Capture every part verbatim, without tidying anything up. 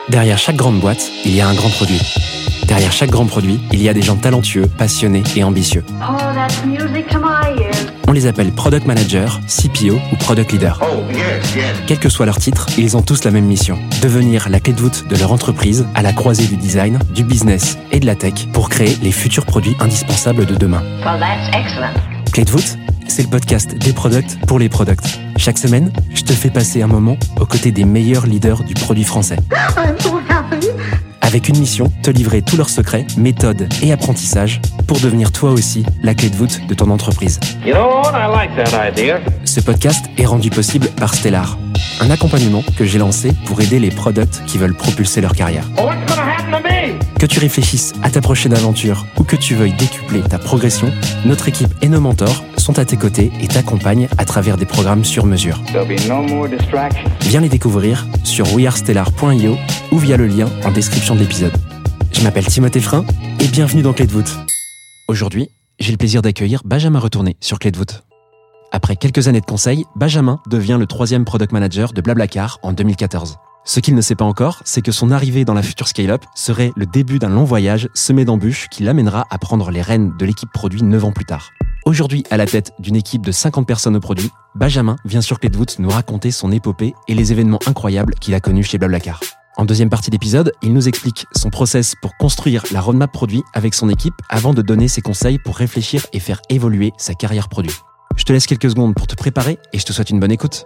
Derrière chaque grande boîte, il y a un grand produit. Derrière chaque grand produit, il y a des gens talentueux, passionnés et ambitieux. Oh, that's music to my ears. On les appelle Product Manager, C P O ou Product Leader. Oh, yes, yes. Quel que soit leur titre, ils ont tous la même mission. Devenir la clé de voûte de leur entreprise à la croisée du design, du business et de la tech pour créer les futurs produits indispensables de demain. Well, that's excellent. Clé de voûte, c'est le podcast des products pour les products. Chaque semaine, je te fais passer un moment aux côtés des meilleurs leaders du produit français. I'm so happy. Avec une mission, te livrer tous leurs secrets, méthodes et apprentissages pour devenir toi aussi la clé de voûte de ton entreprise. You know what? I like that idea. Ce podcast est rendu possible par Stellar, un accompagnement que j'ai lancé pour aider les products qui veulent propulser leur carrière. Oh, what's gonna happen to me? Que tu réfléchisses à ta prochaine aventure ou que tu veuilles décupler ta progression, notre équipe et nos mentors sont à tes côtés et t'accompagnent à travers des programmes sur mesure. There'll be no more distractions. Viens les découvrir sur we are stellar point i o ou via le lien en description de l'épisode. Je m'appelle Timothée Frein et bienvenue dans Clé de voûte. Aujourd'hui, j'ai le plaisir d'accueillir Benjamin Retourné sur Clé de voûte. Après quelques années de conseil, Benjamin devient le troisième product manager de Blablacar en deux mille quatorze. Ce qu'il ne sait pas encore, c'est que son arrivée dans la future scale-up serait le début d'un long voyage semé d'embûches qui l'amènera à prendre les rênes de l'équipe produit neuf ans plus tard. Aujourd'hui, à la tête d'une équipe de cinquante personnes au produit, Benjamin vient sur Clé de voûte nous raconter son épopée et les événements incroyables qu'il a connus chez Blablacar. En deuxième partie d'épisode, il nous explique son process pour construire la roadmap produit avec son équipe avant de donner ses conseils pour réfléchir et faire évoluer sa carrière produit. Je te laisse quelques secondes pour te préparer et je te souhaite une bonne écoute.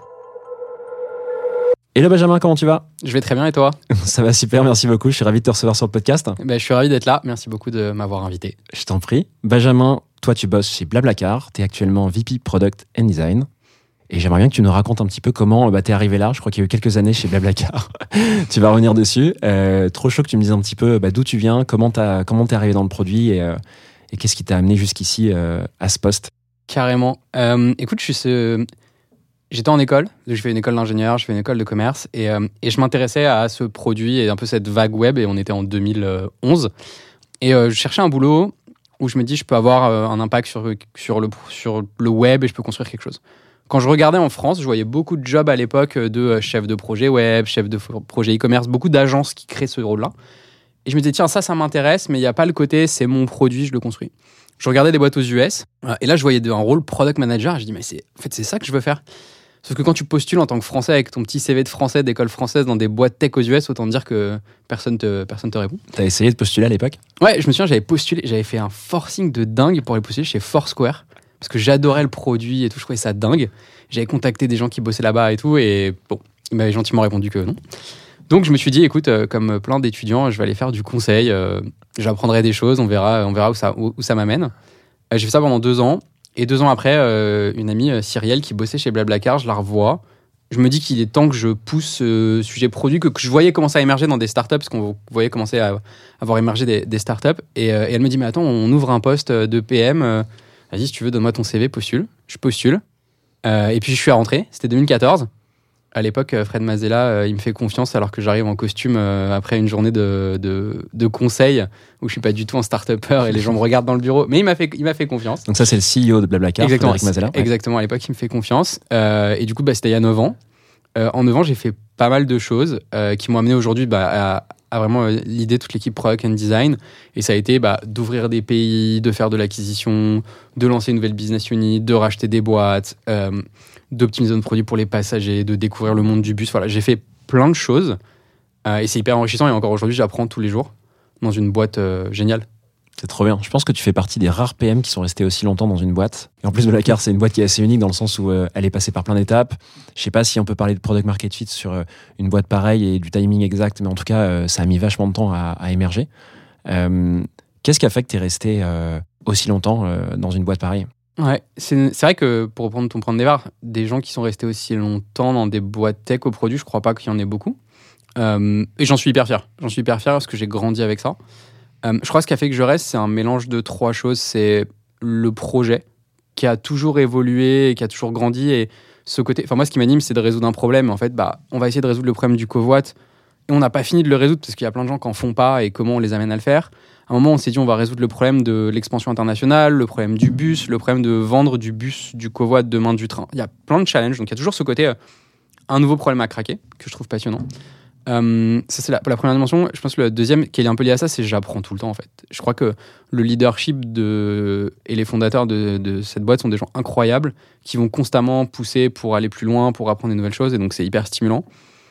Hello Benjamin, comment tu vas ? Je vais très bien et toi ? Ça va super, merci beaucoup. Je suis ravi de te recevoir sur le podcast. Ben, je suis ravi d'être là. Merci beaucoup de m'avoir invité. Je t'en prie. Benjamin, toi tu bosses chez Blablacar. Tu es actuellement V P Product and Design. Et j'aimerais bien que tu nous racontes un petit peu comment bah, tu es arrivé là. Je crois qu'il y a eu quelques années chez Blablacar. Tu vas revenir dessus. Euh, trop chaud que tu me dises un petit peu bah, d'où tu viens, comment tu es arrivé dans le produit et, euh, et qu'est-ce qui t'a amené jusqu'ici euh, à ce poste. Carrément. Euh, écoute, je suis ce... J'étais en école, je fais une école d'ingénieur, je fais une école de commerce et, euh, et je m'intéressais à ce produit et un peu cette vague web et on était en deux mille onze. Et euh, je cherchais un boulot où je me dis je peux avoir euh, un impact sur, sur, le, sur le web et je peux construire quelque chose. Quand je regardais en France, je voyais beaucoup de jobs à l'époque de chef de projet web, chef de projet e-commerce, beaucoup d'agences qui créent ce rôle-là. Et je me disais tiens ça, ça m'intéresse mais il n'y a pas le côté c'est mon produit, je le construis. Je regardais des boîtes aux U S et là je voyais un rôle product manager et je dis mais c'est, en fait c'est ça que je veux faire. Sauf que quand tu postules en tant que Français avec ton petit C V de Français d'école française dans des boîtes tech aux U S, autant dire que personne te, personne te répond. T'as essayé de postuler à l'époque ? Ouais, je me souviens, j'avais postulé, j'avais fait un forcing de dingue pour aller postuler chez Foursquare parce que j'adorais le produit et tout, je trouvais ça dingue. J'avais contacté des gens qui bossaient là-bas et tout et bon, ils m'avaient gentiment répondu que non. Donc je me suis dit, écoute, euh, comme plein d'étudiants, je vais aller faire du conseil, euh, j'apprendrai des choses, on verra, on verra où ça, où, où ça m'amène. Euh, j'ai fait ça pendant deux ans. Et deux ans après, euh, une amie, euh, Cyrielle, qui bossait chez Blablacar, je la revois. Je me dis qu'il est temps que je pousse ce euh, sujet produit, que, que je voyais commencer à émerger dans des startups, parce qu'on voyait commencer à avoir émergé des, des startups. Et, euh, et elle me dit, mais attends, on ouvre un poste de P M. Euh, vas-y, si tu veux, donne-moi ton C V, postule. Je postule. Euh, et puis, je suis rentré. C'était deux mille quatorze. À l'époque, Fred Mazella, euh, il me fait confiance alors que j'arrive en costume euh, après une journée de, de, de conseil où je suis pas du tout un start-upper et les gens me regardent dans le bureau. Mais il m'a fait, il m'a fait confiance. Donc ça, c'est le C E O de Blablacar, Exactement, Frédéric Mazella. Exactement, à l'époque, il me fait confiance. Euh, et du coup, bah, c'était il y a neuf ans. Euh, en neuf ans, j'ai fait pas mal de choses euh, qui m'ont amené aujourd'hui bah, à, à vraiment euh, l'idée de toute l'équipe Product and Design. Et ça a été bah, d'ouvrir des pays, de faire de l'acquisition, de lancer une nouvelle business unit, de racheter des boîtes, euh, d'optimiser notre produit pour les passagers, de découvrir le monde du bus. Voilà, j'ai fait plein de choses euh, et c'est hyper enrichissant. Et encore aujourd'hui, j'apprends tous les jours dans une boîte euh, géniale. C'est trop bien. Je pense que tu fais partie des rares P M qui sont restés aussi longtemps dans une boîte. Et en plus, Blablacar, c'est une boîte qui est assez unique dans le sens où euh, elle est passée par plein d'étapes. Je sais pas si on peut parler de product market fit sur euh, une boîte pareille et du timing exact, mais en tout cas, euh, ça a mis vachement de temps à, à émerger. Euh, qu'est-ce qui a fait que tu es resté euh, aussi longtemps euh, dans une boîte pareille ? Ouais, c'est, c'est vrai que pour reprendre ton point de départ, des gens qui sont restés aussi longtemps dans des boîtes tech au produit, je crois pas qu'il y en ait beaucoup. Euh, et j'en suis hyper fier. J'en suis hyper fier parce que j'ai grandi avec ça. Euh, je crois que ce qui a fait que je reste, c'est un mélange de trois choses. C'est le projet qui a toujours évolué et qui a toujours grandi. Et ce côté, enfin moi, ce qui m'anime, c'est de résoudre un problème. En fait, bah, on va essayer de résoudre le problème du covoit et on n'a pas fini de le résoudre parce qu'il y a plein de gens qui en font pas et comment on les amène à le faire. À un moment, on s'est dit on va résoudre le problème de l'expansion internationale, le problème du bus, le problème de vendre du bus, du covoit, demain du train. Il y a plein de challenges, donc il y a toujours ce côté, euh, un nouveau problème à craquer, que je trouve passionnant. Euh, ça, c'est la, la première dimension. Je pense que le deuxième, qui est un peu lié à ça, c'est j'apprends tout le temps, en fait. Je crois que le leadership de, et les fondateurs de, de cette boîte sont des gens incroyables qui vont constamment pousser pour aller plus loin, pour apprendre des nouvelles choses. Et donc, c'est hyper stimulant.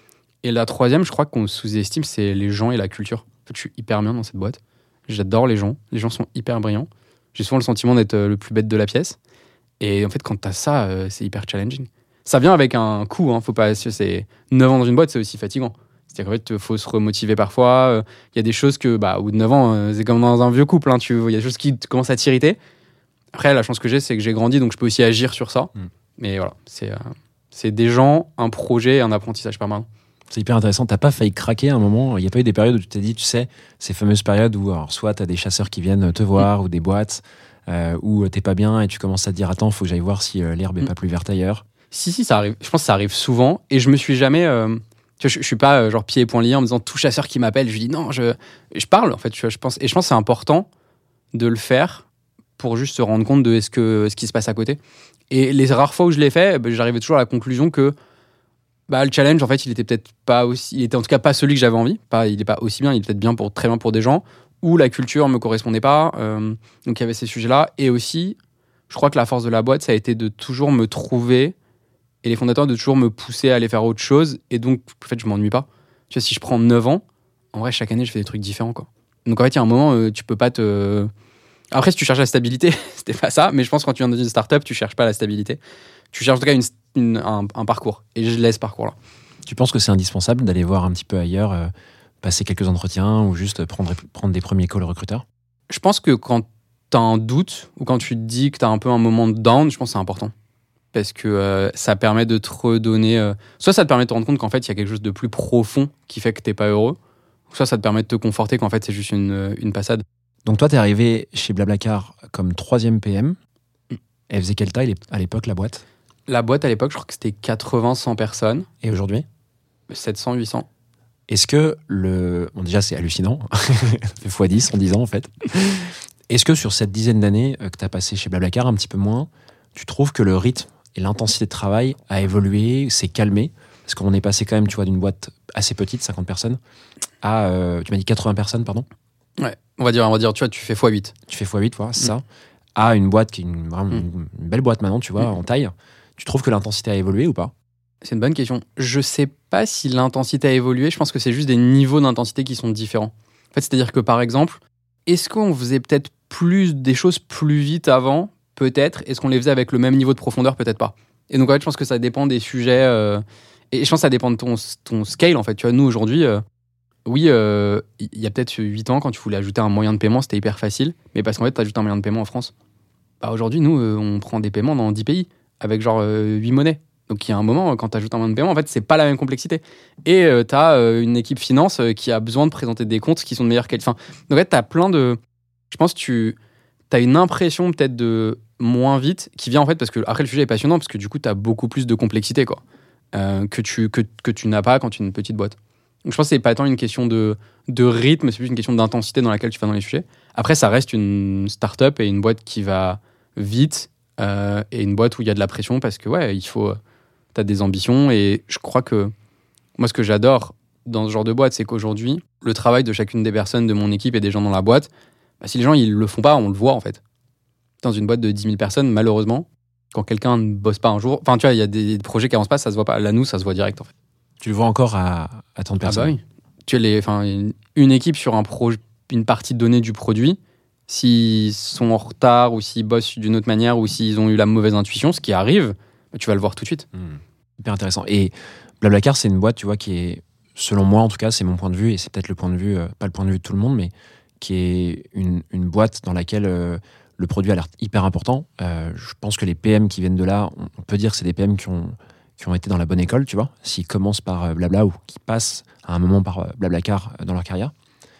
Et la troisième, je crois qu'on sous-estime, c'est les gens et la culture. En fait, je suis hyper bien dans cette boîte. J'adore les gens. Les gens sont hyper brillants. J'ai souvent le sentiment d'être le plus bête de la pièce. Et en fait, quand t'as ça, euh, c'est hyper challenging. Ça vient avec un coût. Hein. Faut pas, c'est neuf ans dans une boîte, c'est aussi fatigant. C'est-à-dire qu'en fait, il faut se remotiver parfois. Il y a des choses que, bah, au bout de neuf ans, euh, c'est comme dans un vieux couple. Hein, tu, il y a des choses qui commencent à t'irriter. Après, la chance que j'ai, c'est que j'ai grandi, donc je peux aussi agir sur ça. Mm. Mais voilà, c'est, euh, c'est des gens, un projet, un apprentissage permanent. C'est hyper intéressant. T'as pas failli craquer à un moment? Il n'y a pas eu des périodes où tu t'es dit, tu sais, ces fameuses périodes où alors, soit t'as des chasseurs qui viennent te voir, mmh. ou des boîtes, euh, où t'es pas bien et tu commences à te dire, attends, faut que j'aille voir si euh, l'herbe est mmh. pas plus verte ailleurs. Si, si, ça arrive. Je pense que ça arrive souvent. Et je me suis jamais... Euh... Tu vois, je, je suis pas euh, genre pieds et poings liés en me disant, tout chasseur qui m'appelle, je lui dis, non, je, je parle, en fait. Je, je pense, et je pense que c'est important de le faire pour juste se rendre compte de est-ce que, ce qui se passe à côté. Et les rares fois où je l'ai fait, bah, j'arrivais toujours à la conclusion que bah, le challenge, en fait, il était peut-être pas aussi, il était en tout cas pas celui que j'avais envie. Pas, il est pas aussi bien, il est peut-être bien pour très bien pour des gens, ou la culture me correspondait pas. Euh, donc il y avait ces sujets-là. Et aussi, je crois que la force de la boîte, ça a été de toujours me trouver, et les fondateurs de toujours me pousser à aller faire autre chose. Et donc, en fait, je m'ennuie pas. Tu vois, si je prends neuf ans, en vrai, chaque année, je fais des trucs différents, quoi. Donc en fait, il y a un moment, euh, tu peux pas te. Après, si tu cherches la stabilité, c'était pas ça. Mais je pense que quand tu viens dans une startup, tu cherches pas la stabilité. Tu cherches en tout cas une, une, un, un parcours. Et je laisse ce parcours-là. Tu penses que c'est indispensable d'aller voir un petit peu ailleurs, euh, passer quelques entretiens ou juste prendre, prendre des premiers calls recruteurs? Je pense que quand tu as un doute ou quand tu te dis que tu as un peu un moment de down, je pense que c'est important. Parce que euh, ça permet de te redonner... Euh, soit ça te permet de te rendre compte qu'en fait, il y a quelque chose de plus profond qui fait que tu n'es pas heureux. Soit ça te permet de te conforter qu'en fait, c'est juste une, une passade. Donc toi, tu es arrivé chez Blablacar comme troisième P M. Elle faisait quelle taille à l'époque, la boîte? La boîte, à l'époque, je crois que c'était quatre-vingts à cent personnes. Et aujourd'hui? sept cents à huit cents. Est-ce que le... Bon, déjà, c'est hallucinant. Ça fait fois dix en dix ans, en fait. Est-ce que sur cette dizaine d'années que tu as passé chez Blablacar, un petit peu moins, tu trouves que le rythme et l'intensité de travail a évolué, s'est calmé? Parce qu'on est passé quand même, tu vois, d'une boîte assez petite, cinquante personnes, à... Euh, tu m'as dit quatre-vingts personnes, pardon? Ouais, on va dire, on va dire, tu vois, tu fais fois huit. Tu fais fois huit, voilà, c'est mmh. ça. À une boîte qui est une, vraiment mmh. une belle boîte maintenant, tu vois, mmh. en taille. Tu trouves que l'intensité a évolué ou pas? C'est une bonne question. Je sais pas si l'intensité a évolué. Je pense que c'est juste des niveaux d'intensité qui sont différents. En fait, c'est-à-dire que, par exemple, est-ce qu'on faisait peut-être plus des choses plus vite avant? Peut-être. Est-ce qu'on les faisait avec le même niveau de profondeur? Peut-être pas. Et donc, en fait, je pense que ça dépend des sujets. Euh, et je pense que ça dépend de ton, ton scale, en fait. Tu vois, nous, aujourd'hui, euh, oui, il euh, y a peut-être huit ans, quand tu voulais ajouter un moyen de paiement, c'était hyper facile. Mais parce qu'en fait, tu ajoutes un moyen de paiement en France. Bah, aujourd'hui, nous, euh, on prend des paiements dans dix pays, avec genre euh, huit monnaies. Donc, il y a un moment, quand tu ajoutes un moyen de paiement, en fait, c'est pas la même complexité. Et euh, tu as euh, une équipe finance euh, qui a besoin de présenter des comptes qui sont de meilleure qualité. Enfin, donc, en fait, tu as plein de... Je pense que tu as une impression peut-être de moins vite qui vient, en fait, parce que après, le sujet est passionnant, parce que du coup, tu as beaucoup plus de complexité, quoi, euh, que tu, que, que tu n'as pas quand tu es une petite boîte. Donc, je pense que c'est pas tant une question de, de rythme, c'est plus une question d'intensité dans laquelle tu vas dans les sujets. Après, ça reste une start-up et une boîte qui va vite euh, et une boîte où il y a de la pression parce que, ouais, il faut... T'as des ambitions et je crois que moi, ce que j'adore dans ce genre de boîte, c'est qu'aujourd'hui, le travail de chacune des personnes de mon équipe et des gens dans la boîte, bah, si les gens ils le font pas, on le voit en fait. Dans une boîte de dix mille personnes, malheureusement, quand quelqu'un ne bosse pas un jour, enfin tu vois, il y a des projets qui avancent pas, ça se voit pas. Là, nous, ça se voit direct en fait. Tu le vois encore à, à tant de personnes? Ah bah oui. Tu as les, enfin, une, une équipe sur un projet, une partie donnée du produit, s'ils sont en retard ou s'ils bossent d'une autre manière ou s'ils ont eu la mauvaise intuition, ce qui arrive, tu vas le voir tout de suite. Mmh. Hyper intéressant. Et Blablacar, c'est une boîte, tu vois, qui est, selon moi en tout cas, c'est mon point de vue, et c'est peut-être le point de vue, euh, pas le point de vue de tout le monde, mais qui est une, une boîte dans laquelle euh, le produit a l'air hyper important. Euh, je pense que les P M qui viennent de là, on, on peut dire que c'est des P M qui ont, qui ont été dans la bonne école, tu vois, s'ils commencent par euh, Blabla ou qui passent à un moment par euh, Blablacar euh, dans leur carrière.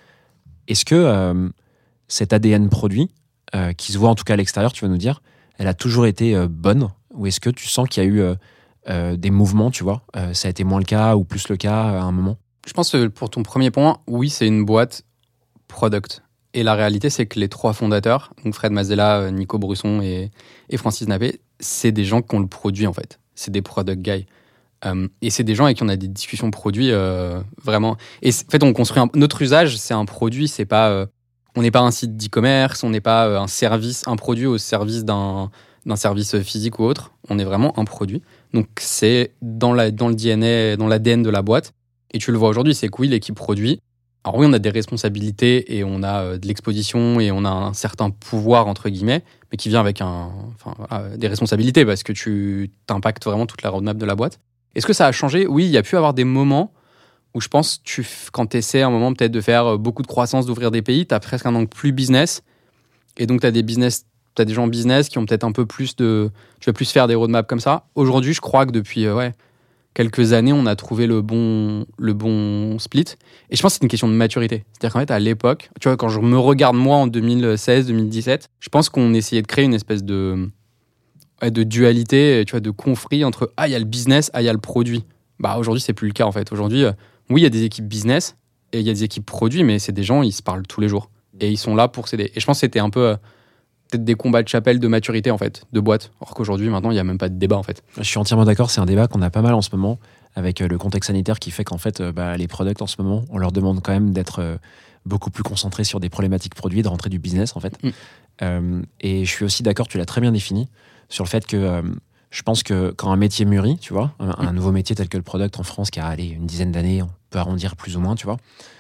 Est-ce que euh, cet A D N produit, euh, qui se voit en tout cas à l'extérieur, tu vas nous dire, elle a toujours été euh, bonne? Ou est-ce que tu sens qu'il y a eu euh, euh, des mouvements, tu vois, euh, ça a été moins le cas ou plus le cas à un moment? Je pense que pour ton premier point, oui, c'est une boîte product. Et la réalité, c'est que les trois fondateurs, donc Fred Mazzella, Nico Brusson et, et Francis Nappé, c'est des gens qui ont le produit, en fait. C'est des product guys. Euh, et c'est des gens avec qui on a des discussions produits euh, vraiment. Et en fait, on construit un... notre usage, c'est un produit, c'est pas. Euh... On n'est pas un site d'e-commerce, on n'est pas euh, un service, un produit au service d'un, d'un service physique ou autre. On est vraiment un produit. Donc c'est dans, la, dans le D N A, dans l'A D N de la boîte. Et tu le vois aujourd'hui, c'est que oui, l'équipe produit. Alors oui, on a des responsabilités et on a euh, de l'exposition et on a un certain pouvoir, entre guillemets, mais qui vient avec un, enfin, voilà, des responsabilités parce que tu t'impactes vraiment toute la roadmap de la boîte. Est-ce que ça a changé ? Oui, il y a pu avoir des moments où je pense, tu, quand tu essaies un moment peut-être de faire beaucoup de croissance, d'ouvrir des pays, tu as presque un angle plus business. Et donc, tu as des business, tu as des gens business qui ont peut-être un peu plus de... Tu vas plus faire des roadmaps comme ça. Aujourd'hui, je crois que depuis euh, ouais, quelques années, on a trouvé le bon, le bon split. Et je pense que c'est une question de maturité. C'est-à-dire qu'en fait, à l'époque, tu vois, quand je me regarde moi en deux mille seize deux mille dix-sept, je pense qu'on essayait de créer une espèce de, ouais, de dualité, tu vois, de conflit entre « Ah, il y a le business, ah, il y a le produit ». Bah, aujourd'hui, c'est plus le cas, en fait. Aujourd'hui, euh, oui, il y a des équipes business et il y a des équipes produits, mais c'est des gens, ils se parlent tous les jours. Et ils sont là pour s'aider. Et je pense que c'était un peu... Euh, peut-être des combats de chapelle de maturité, en fait, de boîte. Alors qu'aujourd'hui, maintenant, il n'y a même pas de débat, en fait. Je suis entièrement d'accord, c'est un débat qu'on a pas mal en ce moment, avec le contexte sanitaire qui fait qu'en fait, bah, les products, en ce moment, on leur demande quand même d'être euh, beaucoup plus concentrés sur des problématiques produits, de rentrer du business, en fait. Mm. Euh, et je suis aussi d'accord, tu l'as très bien défini, sur le fait que euh, je pense que quand un métier mûrit, tu vois, un, mm. un nouveau métier tel que le product en France, qui a allé, une dizaine d'années, on peut arrondir plus ou moins, tu vois,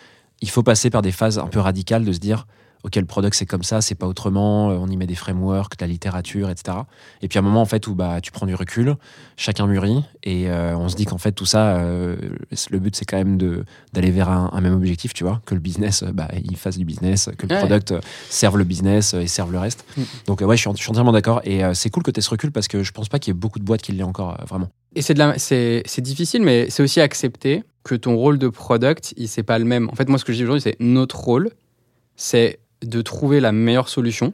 il faut passer par des phases un peu radicales de se dire... ok, le product c'est comme ça, c'est pas autrement, on y met des frameworks, de la littérature, et cetera. Et puis à un moment en fait où bah, tu prends du recul, chacun mûrit, et euh, on se dit qu'en fait tout ça, euh, le but c'est quand même de, d'aller vers un, un même objectif, tu vois, que le business, bah, il fasse du business, que le ouais. product serve le business et serve le reste. Mm. Donc euh, ouais, je suis, je suis entièrement d'accord, et euh, c'est cool que tu aies ce recul parce que je pense pas qu'il y ait beaucoup de boîtes qui l'aient encore, euh, vraiment. Et c'est, de la, c'est, c'est difficile, mais c'est aussi accepter que ton rôle de product, il, c'est pas le même. En fait, moi ce que je dis aujourd'hui, c'est notre rôle, c'est de trouver la meilleure solution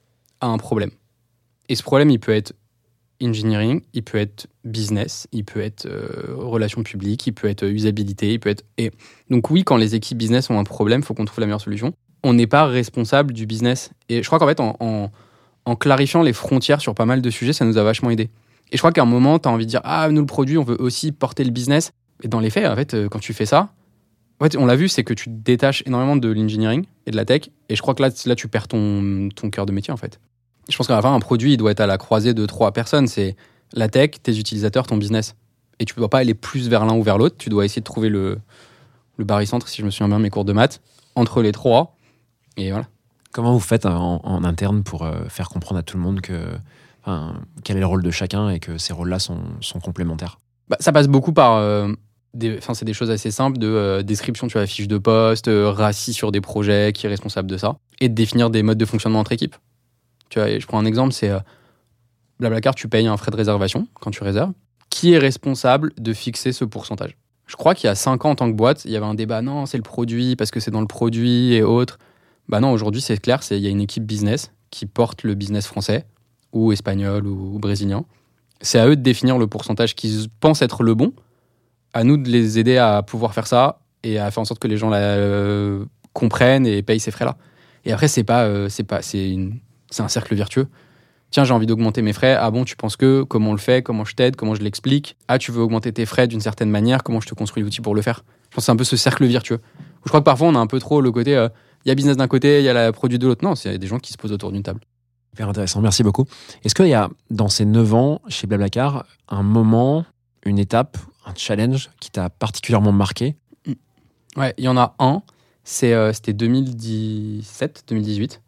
à un problème. Et ce problème, il peut être engineering, il peut être business, il peut être euh, relations publiques, il peut être usabilité, il peut être... Et donc oui, quand les équipes business ont un problème, il faut qu'on trouve la meilleure solution. On n'est pas responsable du business. Et je crois qu'en fait, en, en, en clarifiant les frontières sur pas mal de sujets, ça nous a vachement aidé. Et je crois qu'à un moment, tu as envie de dire « Ah, nous, le produit, on veut aussi porter le business. » Et dans les faits, en fait, quand tu fais ça, en fait, on l'a vu, c'est que tu te détaches énormément de l'engineering et de la tech. Et je crois que là, là tu perds ton, ton cœur de métier, en fait. Je pense qu'à la fin, un produit, il doit être à la croisée de trois personnes. C'est la tech, tes utilisateurs, ton business. Et tu ne dois pas aller plus vers l'un ou vers l'autre. Tu dois essayer de trouver le, le barycentre, si je me souviens bien, mes cours de maths, entre les trois. Et voilà. Comment vous faites en, en interne pour euh, faire comprendre à tout le monde que, enfin, quel est le rôle de chacun et que ces rôles-là sont, sont complémentaires ? Bah, ça passe beaucoup par... Euh, Des, c'est des choses assez simples de euh, description, tu vois, la fiche de poste, euh, rassis sur des projets, qui est responsable de ça, et de définir des modes de fonctionnement entre équipes. Tu vois, je prends un exemple, c'est euh, Blablacar, tu payes un frais de réservation quand tu réserves. Qui est responsable de fixer ce pourcentage ? Je crois qu'il y a cinq ans en tant que boîte, il y avait un débat, non, c'est le produit, parce que c'est dans le produit et autres. Bah non, aujourd'hui, c'est clair, c'est, il y a une équipe business qui porte le business français, ou espagnol, ou, ou brésilien. C'est à eux de définir le pourcentage qu'ils pensent être le bon. À nous de les aider à pouvoir faire ça et à faire en sorte que les gens la, euh, comprennent et payent ces frais-là. Et après, c'est pas, euh, c'est pas, c'est, une, c'est un cercle vertueux. Tiens, j'ai envie d'augmenter mes frais. Ah bon, tu penses que comment on le fait, comment je t'aide, comment je l'explique. Ah, tu veux augmenter tes frais d'une certaine manière, comment je te construis l'outil pour le faire. Je pense que c'est un peu ce cercle vertueux. Je crois que parfois, on a un peu trop le côté, il euh, y a business d'un côté, il y a la produit de l'autre. Non, c'est des gens qui se posent autour d'une table. Hyper intéressant, merci beaucoup. Est-ce qu'il y a, dans ces neuf ans chez Blablacar, un moment, une étape, un challenge qui t'a particulièrement marqué ? Ouais, il y en a un. C'est, euh, c'était deux mille dix-sept deux mille dix-huit.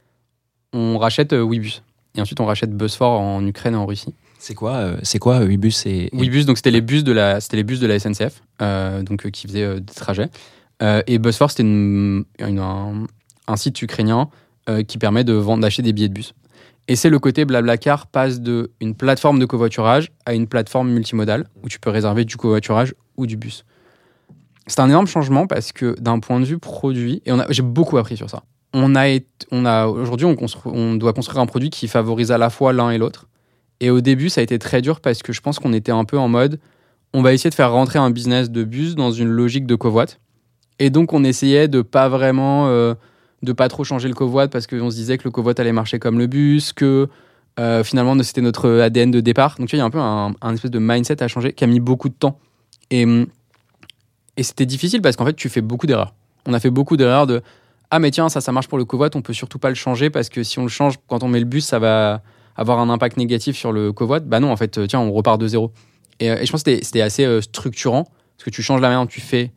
On rachète euh, Webus. Et ensuite, on rachète BuzzFor en Ukraine et en Russie. C'est quoi, euh, c'est quoi Webus et, et... Webus, donc c'était les bus de la, c'était les bus de la S N C F, euh, donc euh, qui faisaient euh, des trajets. Euh, et BuzzFor, c'était une, une, un, un site ukrainien euh, qui permet de vendre, d'acheter des billets de bus. Et c'est le côté Blablacar passe de une plateforme de covoiturage à une plateforme multimodale où tu peux réserver du covoiturage ou du bus. C'est un énorme changement parce que d'un point de vue produit, et on a, j'ai beaucoup appris sur ça. On a, été, on a aujourd'hui, on, constru, on doit construire un produit qui favorise à la fois l'un et l'autre. Et au début, ça a été très dur parce que je pense qu'on était un peu en mode, on va essayer de faire rentrer un business de bus dans une logique de covoit. Et donc, on essayait de pas vraiment, euh, de pas trop changer le covoit parce qu'on se disait que le covoit allait marcher comme le bus, que Euh, finalement, c'était notre A D N de départ. Donc, tu vois, il y a un peu un, un espèce de mindset à changer qui a mis beaucoup de temps. Et, et c'était difficile parce qu'en fait, tu fais beaucoup d'erreurs. On a fait beaucoup d'erreurs de « Ah, mais tiens, ça, ça marche pour le covoit, on peut surtout pas le changer parce que si on le change, quand on met le bus, ça va avoir un impact négatif sur le covoit. » Bah non, en fait, tiens, on repart de zéro. Et, et je pense que c'était, c'était assez euh, structurant parce que tu changes la manière dont tu fais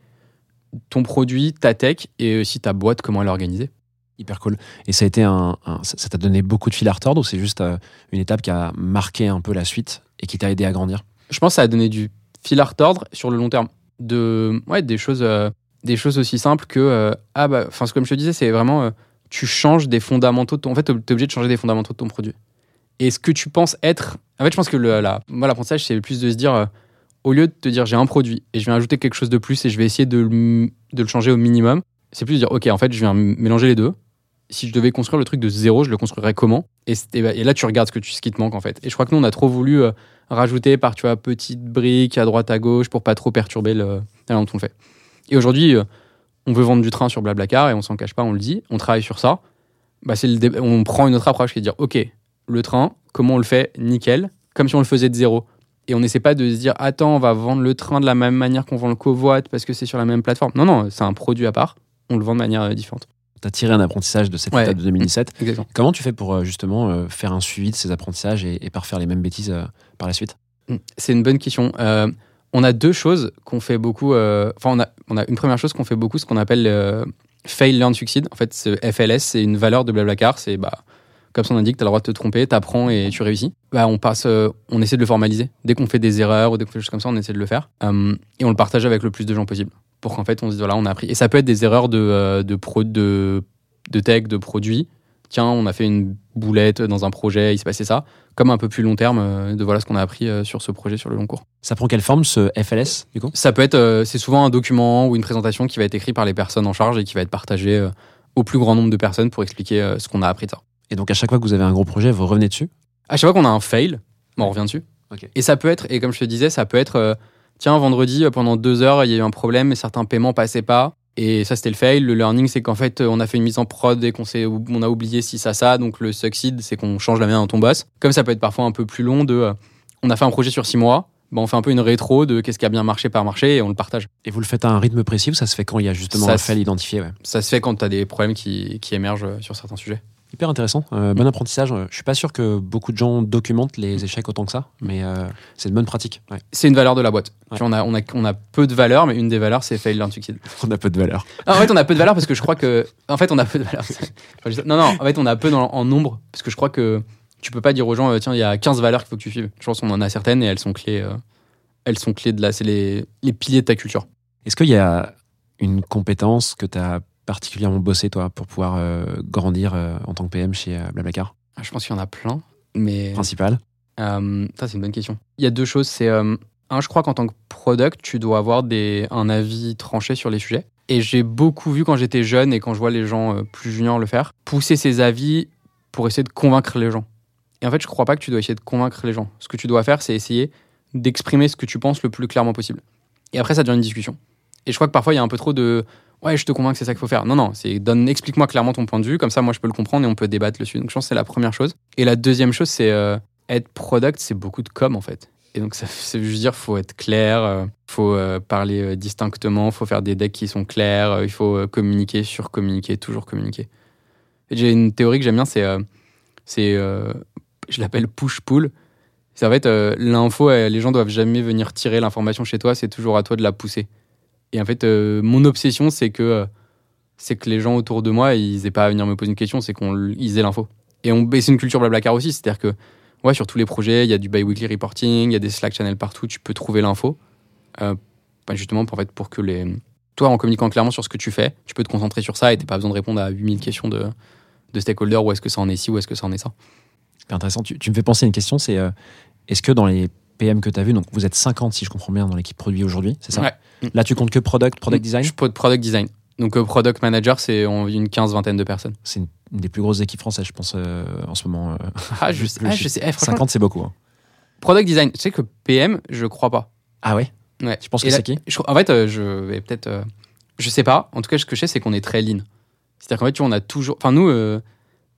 ton produit, ta tech et aussi ta boîte, comment elle est organisée. Hyper cool. Et ça a été un, un- ça ça t'a donné beaucoup de fil à retordre ou c'est juste euh, une étape qui a marqué un peu la suite et qui t'a aidé à grandir? Je pense que ça a donné du fil à retordre sur le long terme. De, ouais, des choses, euh, des choses aussi simples que, euh, ah bah, enfin, comme je te disais, c'est vraiment, euh, tu changes des fondamentaux de ton, en fait, t'es obligé de changer des fondamentaux de ton produit. Et ce que tu penses être, en fait, je pense que le, la, moi, l'apprentissage, c'est plus de se dire, euh, au lieu de te dire, j'ai un produit et je vais ajouter quelque chose de plus et je vais essayer de, le- de le changer au minimum, c'est plus de dire, ok, en fait, je viens mélanger les deux. Si je devais construire le truc de zéro, je le construirais comment? et, c'est- et, bah, et là, tu regardes ce, que tu, ce qui te manque, en fait. Et je crois que nous, on a trop voulu euh, rajouter par, tu vois, petites briques à droite, à gauche pour pas trop perturber le, la manière dont on le fait. Et aujourd'hui, euh, on veut vendre du train sur Blablacar et on s'en cache pas, on le dit, on travaille sur ça. Bah, c'est le dé- on prend une autre approche qui est de dire, ok, le train, comment on le fait? Nickel, comme si on le faisait de zéro. Et on n'essaie pas de se dire, attends, on va vendre le train de la même manière qu'on vend le covoit parce que c'est sur la même plateforme. Non, non, c'est un produit à part, on le vend de manière euh, différente. T'as tiré un apprentissage de cette Ouais. étape de deux mille dix-sept. Exactement. Comment tu fais pour euh, justement euh, faire un suivi de ces apprentissages et, et pas refaire les mêmes bêtises euh, par la suite? C'est une bonne question. Euh, on a deux choses qu'on fait beaucoup. euh, Enfin, on, a, on a une première chose qu'on fait beaucoup, ce qu'on appelle euh, Fail, Learn, Succeed. En fait, ce F L S, c'est une valeur de Blablacar. C'est, bah, comme son indique, tu as le droit de te tromper, tu apprends et tu réussis. Bah, on, passe, euh, on essaie de le formaliser. Dès qu'on fait des erreurs ou dès qu'on fait des choses comme ça, on essaie de le faire. Euh, et on le partage avec le plus de gens possible. Pour qu'en fait, on se dise, voilà, on a appris. Et ça peut être des erreurs de, euh, de, pro, de, de tech, de produits. Tiens, on a fait une boulette dans un projet, il s'est passé ça. Comme un peu plus long terme, euh, de voilà ce qu'on a appris euh, sur ce projet sur le long cours. Ça prend quelle forme ce F L S du coup? Ça peut être, euh, c'est souvent un document ou une présentation qui va être écrit par les personnes en charge et qui va être partagé euh, au plus grand nombre de personnes pour expliquer euh, ce qu'on a appris de ça. Et donc à chaque fois que vous avez un gros projet, vous revenez dessus? À chaque fois qu'on a un fail, bon, on revient dessus. Ok. Et ça peut être, et comme je te disais, ça peut être, euh, tiens, vendredi, euh, pendant deux heures, il y a eu un problème et certains paiements passaient pas. Et ça, c'était le fail. Le learning, c'est qu'en fait, on a fait une mise en prod et qu'on s'est, on a oublié si ça, ça. Donc le succeed, c'est qu'on change la manière dont on bosse. Comme ça peut être parfois un peu plus long de, euh, on a fait un projet sur six mois. Ben, on fait un peu une rétro de qu'est-ce qui a bien marché par marché et on le partage. Et vous le faites à un rythme précis ou ça se fait quand il y a justement Ça un se- fail identifié? Ouais. Ça se fait quand tu as des problèmes qui, qui émergent euh, sur certains sujets. Hyper intéressant, euh, bon apprentissage. Je suis pas sûr que beaucoup de gens documentent les échecs autant que ça, mais euh, c'est une bonne pratique. Ouais. C'est une valeur de la boîte. Ouais. Tu vois, on, a, on, a, on a peu de valeur, mais une des valeurs, c'est fail, learn, succeed. On a peu de valeur. Ah, en fait, on a peu de valeur parce que je crois que. En fait, on a peu de valeur. Enfin, je- non, non, en fait, on a peu dans- en nombre parce que je crois que tu peux pas dire aux gens, euh, tiens, il y a quinze valeurs qu'il faut que tu suives. Je pense qu'on en a certaines et elles sont clés. euh, elles sont clés de là. C'est les, les piliers de ta culture. Est-ce qu'il y a une compétence que tu as particulièrement bossé, toi, pour pouvoir euh, grandir euh, en tant que P M chez euh, Blablacar? Je pense qu'il y en a plein, mais. Principal? Euh, ça, c'est une bonne question. Il y a deux choses. C'est euh, un, je crois qu'en tant que product, tu dois avoir des, un avis tranché sur les sujets. Et j'ai beaucoup vu quand j'étais jeune et quand je vois les gens euh, plus juniors le faire, pousser ses avis pour essayer de convaincre les gens. Et en fait, je crois pas que tu dois essayer de convaincre les gens. Ce que tu dois faire, c'est essayer d'exprimer ce que tu penses le plus clairement possible. Et après, ça devient une discussion. Et je crois que parfois, il y a un peu trop de ouais, je te convainc que c'est ça qu'il faut faire. Non, non, c'est donne, explique-moi clairement ton point de vue, comme ça, moi, je peux le comprendre et on peut débattre dessus. Donc, je pense que c'est la première chose. Et la deuxième chose, c'est euh, être product, c'est beaucoup de com, en fait. Et donc, ça veut juste dire faut être clair, euh, faut euh, parler euh, distinctement, faut faire des decks qui sont clairs, euh, il faut euh, communiquer, surcommuniquer, toujours communiquer. Et j'ai une théorie que j'aime bien, c'est, euh, c'est euh, je l'appelle push-pull. C'est en fait, euh, l'info, euh, les gens doivent jamais venir tirer l'information chez toi, c'est toujours à toi de la pousser. Et en fait, euh, mon obsession, c'est que, euh, c'est que les gens autour de moi, ils aient pas à venir me poser une question, c'est qu'ils aient l'info. Et, on, et c'est une culture Blablacar aussi, c'est-à-dire que ouais, sur tous les projets, il y a du bi-weekly reporting, il y a des Slack channels partout, tu peux trouver l'info. Euh, bah justement, pour, en fait, pour que les... Toi, en communiquant clairement sur ce que tu fais, tu peux te concentrer sur ça et t'as pas besoin de répondre à huit mille questions de, de stakeholders, où est-ce que ça en est ci, où est-ce que ça en est ça. C'est intéressant. Tu, tu me fais penser à une question, c'est euh, est-ce que dans les P M que tu as vu, donc vous êtes cinquante si je comprends bien dans l'équipe produit aujourd'hui, c'est ça? Ouais. Là, tu comptes que product, product design? Je peux de product design. Donc, euh, product manager, c'est on, une quinze vingtaine de personnes. C'est une, une des plus grosses équipes françaises, je pense, euh, en ce moment. euh. Ah, je sais, ah, je sais. Eh, franchement, cinquante, c'est beaucoup. Hein. product design, tu sais que P M, je crois pas. Ah ouais? Ouais. Tu penses Et que là, c'est qui? je, En fait, euh, je vais peut-être. Euh, je sais pas. En tout cas, ce que je sais, c'est qu'on est très lean. C'est-à-dire qu'en fait, tu vois, on a toujours. Enfin, nous, euh,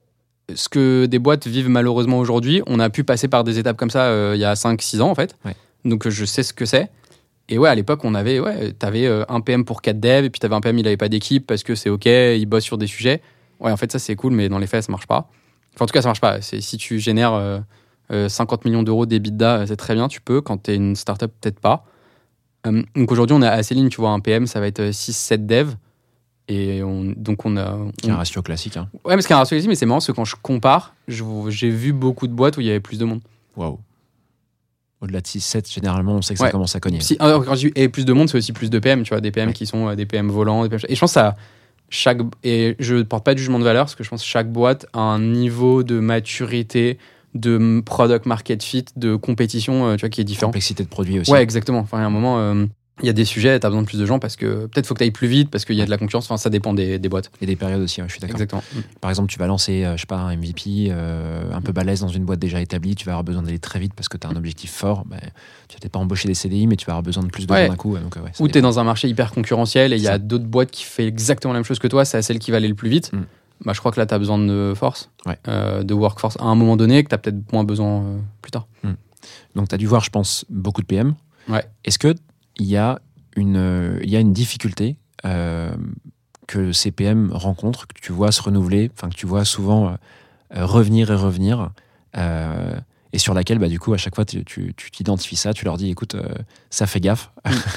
ce que des boîtes vivent malheureusement aujourd'hui, on a pu passer par des étapes comme ça euh, il y a cinq six ans en fait. Ouais. Donc je sais ce que c'est. Et ouais, à l'époque, on avait, ouais, t'avais euh, un P M pour quatre devs, et puis t'avais un P M, il avait pas d'équipe parce que c'est OK, il bosse sur des sujets. Ouais, en fait, ça c'est cool, mais dans les faits, ça marche pas. Enfin, en tout cas, ça marche pas. C'est, si tu génères euh, euh, cinquante millions d'euros d'EBITDA, c'est très bien, tu peux. Quand t'es une startup, peut-être pas. Euh, donc aujourd'hui, on a assez ligne, tu vois, un P M, ça va être six sept devs. Et on, donc on a. C'est un on... ratio classique. Hein. Ouais, mais c'est un ratio classique, mais c'est marrant parce que quand je compare, je, j'ai vu beaucoup de boîtes où il y avait plus de monde. Waouh. Au-delà de six sept, généralement, on sait que Ouais. ça commence à cogner. Si, alors, quand je dis et plus de monde, c'est aussi plus de P M, tu vois, des P M Ouais. qui sont euh, des P M volants. Des P M... Et je pense que ça, chaque. Et je ne porte pas de jugement de valeur parce que je pense que chaque boîte a un niveau de maturité, de product market fit, de compétition, euh, tu vois, qui est différent. Complexité de produit aussi. Ouais, exactement. Enfin, il y a un moment, euh, il y a des sujets, tu as besoin de plus de gens parce que peut-être faut que tu ailles plus vite parce qu'il y a de la concurrence. Enfin, ça dépend des, des boîtes. Et des périodes aussi, ouais, je suis d'accord. Exactement. Par exemple, tu vas lancer, euh, je sais pas, un M V P euh, un peu balèze dans une boîte déjà établie, tu vas avoir besoin d'aller très vite parce que tu as un objectif fort. Ben, tu vas peut-être pas embaucher des C D I, mais tu vas avoir besoin de plus de Ouais. gens d'un coup. Donc, euh, ouais, ça Ou tu es dépend. dans un marché hyper concurrentiel et il y C'est a ça. d'autres boîtes qui font exactement la même chose que toi, c'est celle qui va aller le plus vite. Mm. Bah, je crois que là, tu as besoin de force, Ouais. euh, de workforce à un moment donné, que tu as peut-être moins besoin euh, plus tard. Donc, tu as dû voir, je pense, beaucoup de P M. Ouais. Est-ce qu'il y, a une, euh, il y a une difficulté euh, que ces P M rencontrent, que tu vois se renouveler, enfin que tu vois souvent euh, euh, revenir et revenir, euh, et sur laquelle, bah, du coup, à chaque fois, tu, tu, tu t'identifies ça, tu leur dis, écoute, euh, ça fait gaffe.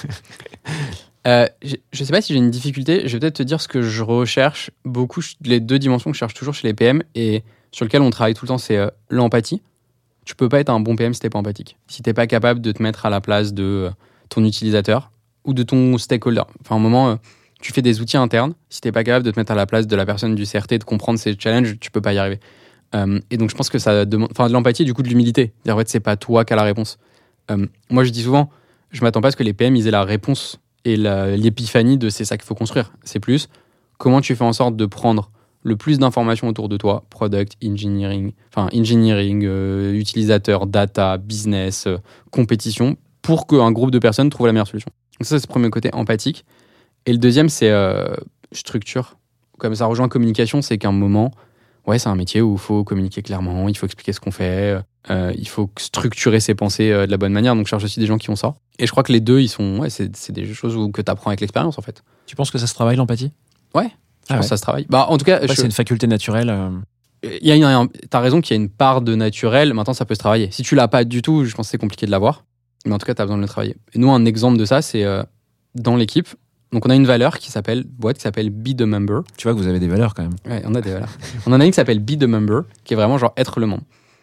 Euh, je ne sais pas si j'ai une difficulté, je vais peut-être te dire ce que je recherche beaucoup, les deux dimensions que je cherche toujours chez les P M et sur lesquelles on travaille tout le temps, c'est euh, l'empathie. Tu peux pas être un bon P M si t'es pas empathique. Si t'es pas capable de te mettre à la place de euh, ton utilisateur ou de ton stakeholder. Enfin, à un moment, euh, tu fais des outils internes. Si t'es pas capable de te mettre à la place de la personne du C R T, de comprendre ses challenges, tu peux pas y arriver. Euh, et donc, je pense que ça demande, enfin, de l'empathie et du coup de l'humilité. C'est-à-dire, en fait, c'est pas toi qui as la réponse. Euh, moi, je dis souvent, je m'attends pas à ce que les P M ils aient la réponse et la, l'épiphanie de c'est ça qu'il faut construire. C'est plus comment tu fais en sorte de prendre le plus d'informations autour de toi, product, engineering, enfin engineering, euh, utilisateur, data, business, euh, compétition, pour qu'un groupe de personnes trouve la meilleure solution. Donc ça, c'est le premier côté empathique. Et le deuxième, c'est euh, structure. Comme ça rejoint communication, c'est qu'à un moment, ouais, c'est un métier où il faut communiquer clairement, il faut expliquer ce qu'on fait, euh, il faut structurer ses pensées euh, de la bonne manière. Donc je cherche aussi des gens qui ont ça. Et je crois que les deux, ils sont, ouais, c'est, c'est des choses où, que tu apprends avec l'expérience, en fait. Tu penses que ça se travaille, l'empathie ? Ouais. Je Ah pense ouais. que ça se travaille. Bah, en tout cas, Ouais, je- c'est une faculté naturelle. euh, il y a une, t'as raison qu'il y a une part de naturel. Maintenant, ça peut se travailler. Si tu l'as pas du tout, je pense que c'est compliqué de l'avoir. Mais en tout cas, tu as besoin de le travailler. Et nous, un exemple de ça, c'est euh, dans l'équipe. Donc, on a une valeur qui s'appelle, boîte qui s'appelle Be the Member. Tu vois que vous avez des valeurs quand même. Ouais, on a des valeurs. On en a une qui s'appelle Be the Member, qui est vraiment genre être le membre.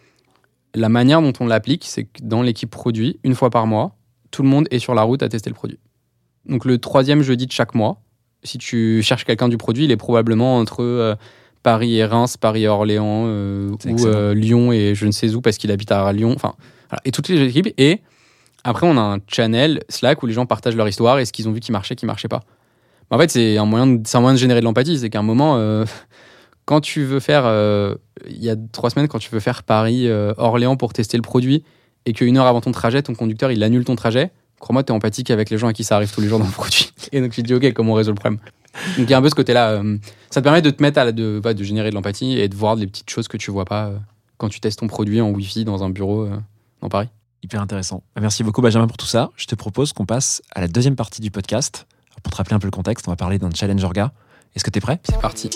La manière dont on l'applique, c'est que dans l'équipe produit, une fois par mois, tout le monde est sur la route à tester le produit. Donc, le troisième jeudi de chaque mois, si tu cherches quelqu'un du produit, il est probablement entre euh, Paris et Reims, Paris et Orléans, euh, C'est ou excellent. euh, Lyon et je ne sais où parce qu'il habite à Lyon. Enfin, voilà. Et toutes les équipes. Et après, on a un channel Slack où les gens partagent leur histoire et ce qu'ils ont vu qui marchait, qui marchait pas. En fait, c'est un moyen de, c'est un moyen de générer de l'empathie. C'est qu'à un moment, euh, quand tu veux faire, euh, il y a trois semaines, quand tu veux faire Paris-Orléans pour tester le produit et qu'une heure avant ton trajet, ton conducteur, il annule ton trajet, crois-moi, t'es empathique avec les gens à qui ça arrive tous les jours dans le produit. Et donc, tu te dis, OK, comment on résout le problème ? Donc, il y a un peu ce côté-là. Euh, ça te permet de te mettre à la, de, bah, de générer de l'empathie et de voir les petites choses que tu vois pas euh, quand tu testes ton produit en Wi-Fi dans un bureau euh, dans Paris. Hyper intéressant. Merci beaucoup, Benjamin, pour tout ça. Je te propose qu'on passe à la deuxième partie du podcast. Alors, pour te rappeler un peu le contexte, on va parler d'un challenge orga. Est-ce que tu es prêt ? C'est parti.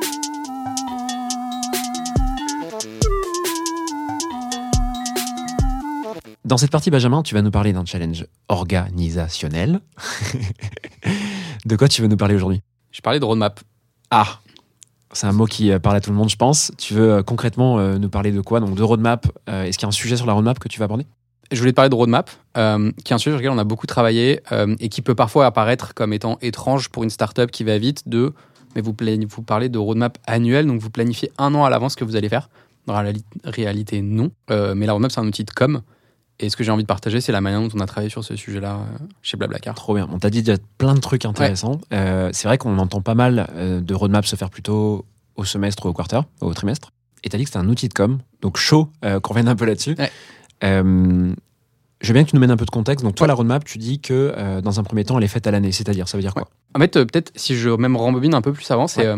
Dans cette partie, Benjamin, tu vas nous parler d'un challenge organisationnel. De quoi tu veux nous parler aujourd'hui ? Je parlais de roadmap. Ah, c'est un mot qui euh, parle à tout le monde, je pense. Tu veux euh, concrètement euh, nous parler de quoi ? Donc de roadmap. Euh, est-ce qu'il y a un sujet sur la roadmap que tu vas aborder ? Je voulais te parler de roadmap, euh, qui est un sujet sur lequel on a beaucoup travaillé euh, et qui peut parfois apparaître comme étant étrange pour une startup qui va vite. De, mais vous, plani- vous parlez de roadmap annuel, donc vous planifiez un an à l'avance ce que vous allez faire. Dans la réali- réalité, non. Euh, mais la roadmap, c'est un outil de com. Et ce que j'ai envie de partager, c'est la manière dont on a travaillé sur ce sujet-là euh, chez Blablacar. Trop bien. On t'a dit déjà plein de trucs intéressants. Euh, c'est vrai qu'on entend pas mal euh, de roadmap se faire plutôt au semestre ou au quarter, au trimestre. Et t'as dit que c'était un outil de com. Donc chaud euh, qu'on revienne un peu là-dessus. Ouais. Euh, je veux bien que tu nous mènes un peu de contexte. Donc toi, la roadmap, tu dis que euh, dans un premier temps, elle est faite à l'année. C'est-à-dire, ça veut dire quoi ? En fait, euh, peut-être si je même rembobine un peu plus avant, c'est Ouais. euh,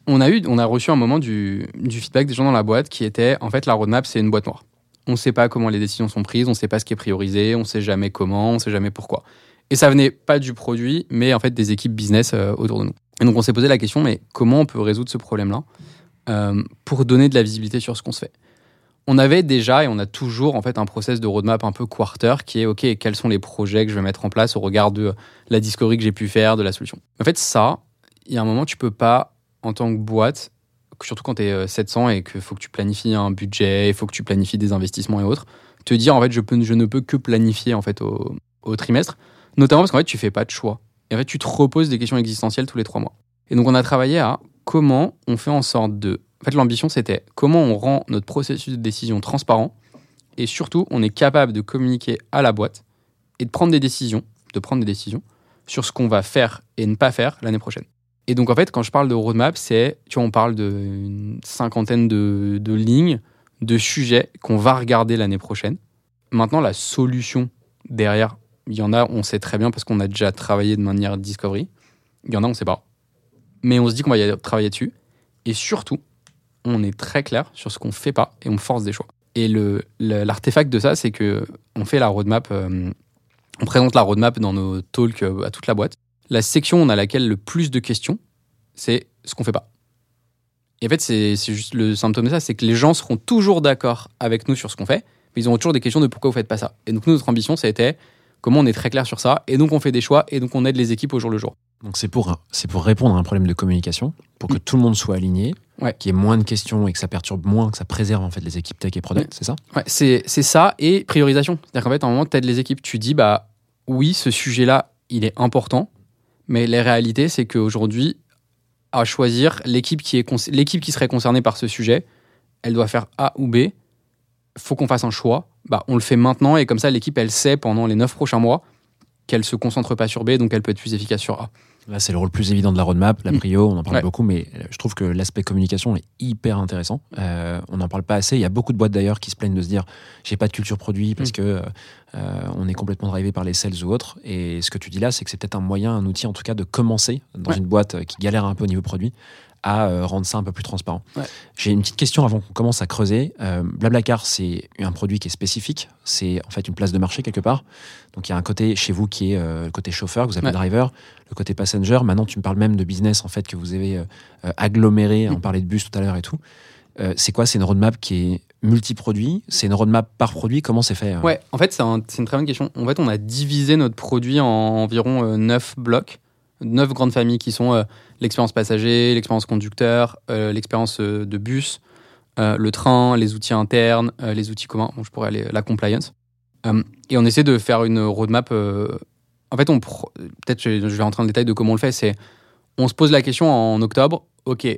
on a, eu, on a reçu un moment du, du feedback des gens dans la boîte qui était, en fait, la roadmap, c'est une boîte noire. On ne sait pas comment les décisions sont prises, on ne sait pas ce qui est priorisé, on ne sait jamais comment, on ne sait jamais pourquoi. Et ça venait pas du produit, mais en fait des équipes business euh, autour de nous. Et donc on s'est posé la question, mais comment on peut résoudre ce problème-là euh, pour donner de la visibilité sur ce qu'on se fait. On avait déjà et on a toujours en fait un process de roadmap un peu quarter qui est ok, quels sont les projets que je vais mettre en place au regard de la discovery que j'ai pu faire, de la solution. En fait ça, il y a un moment tu peux pas en tant que boîte, surtout quand tu es sept cents et qu'il faut que tu planifies un budget, il faut que tu planifies des investissements et autres, te dire en fait je, peux, je ne peux que planifier en fait au, au trimestre, notamment parce qu'en fait tu fais pas de choix. Et en fait tu te reposes des questions existentielles tous les trois mois. Et donc on a travaillé à comment on fait en sorte de... En fait l'ambition c'était comment on rend notre processus de décision transparent et surtout on est capable de communiquer à la boîte et de prendre des décisions, de prendre des décisions sur ce qu'on va faire et ne pas faire l'année prochaine. Et donc, en fait, quand je parle de roadmap, c'est, tu vois, on parle d'une cinquantaine de, de lignes, de sujets qu'on va regarder l'année prochaine. Maintenant, la solution derrière, il y en a, on sait très bien parce qu'on a déjà travaillé de manière discovery. Il y en a, on ne sait pas. Mais on se dit qu'on va y travailler dessus. Et surtout, on est très clair sur ce qu'on ne fait pas et on force des choix. Et le, le, l'artefact de ça, c'est qu'on fait la roadmap, euh, on présente la roadmap dans nos talks euh, à toute la boîte. La section on a laquelle le plus de questions, c'est ce qu'on fait pas. Et en fait, c'est, c'est juste le symptôme de ça, c'est que les gens seront toujours d'accord avec nous sur ce qu'on fait, mais ils auront toujours des questions de pourquoi vous faites pas ça. Et donc nous, notre ambition, ça a été comment on est très clair sur ça, et donc on fait des choix, et donc on aide les équipes au jour le jour. Donc c'est pour, c'est pour répondre à un problème de communication, pour que mmh. tout le monde soit aligné, ouais. qu'il y ait moins de questions et que ça perturbe moins, que ça préserve en fait les équipes tech et product, ouais. c'est ça ? Ouais, c'est, c'est ça, et priorisation. C'est-à-dire qu'en fait, à un moment, tu aides les équipes, tu dis, bah oui, ce sujet-là, il est important, mais la réalité, c'est qu'aujourd'hui, à choisir, l'équipe qui, est con- l'équipe qui serait concernée par ce sujet, elle doit faire A ou B. Il faut qu'on fasse un choix. Bah, on le fait maintenant et comme ça, l'équipe, elle sait pendant les neuf prochains mois qu'elle ne se concentre pas sur B, donc elle peut être plus efficace sur A. Là, c'est le rôle plus évident de la roadmap, la prio, on en parle ouais. beaucoup, mais je trouve que l'aspect communication est hyper intéressant. Euh, on n'en parle pas assez. Il y a beaucoup de boîtes d'ailleurs qui se plaignent de se dire j'ai pas de culture produit parce mm. que euh, on est complètement drivé par les sales ou autres. Et ce que tu dis là, c'est que c'est peut-être un moyen, un outil en tout cas de commencer dans ouais. une boîte qui galère un peu au niveau produit à euh, rendre ça un peu plus transparent. Ouais. J'ai une petite question avant qu'on commence à creuser. Euh, Blablacar, c'est un produit qui est spécifique. C'est en fait une place de marché quelque part. Donc il y a un côté chez vous qui est euh, le côté chauffeur, que vous appelez ouais. driver, le côté passenger. Maintenant, tu me parles même de business en fait que vous avez euh, aggloméré. Mmh. On parlait de bus tout à l'heure et tout. Euh, c'est quoi ? C'est une roadmap qui est multi-produit ? C'est une roadmap par produit ? Comment c'est fait ? Ouais, en fait, c'est, un, c'est une très bonne question. En fait, on a divisé notre produit en environ euh, neuf blocs. Neuf grandes familles qui sont euh, l'expérience passager, l'expérience conducteur, euh, l'expérience euh, de bus, euh, le train, les outils internes, euh, les outils communs, bon, je pourrais aller, la compliance. Euh, et on essaie de faire une roadmap. Euh, en fait, on pro- peut-être je, je vais rentrer dans le détail de comment on le fait. C'est, on se pose la question en octobre, ok,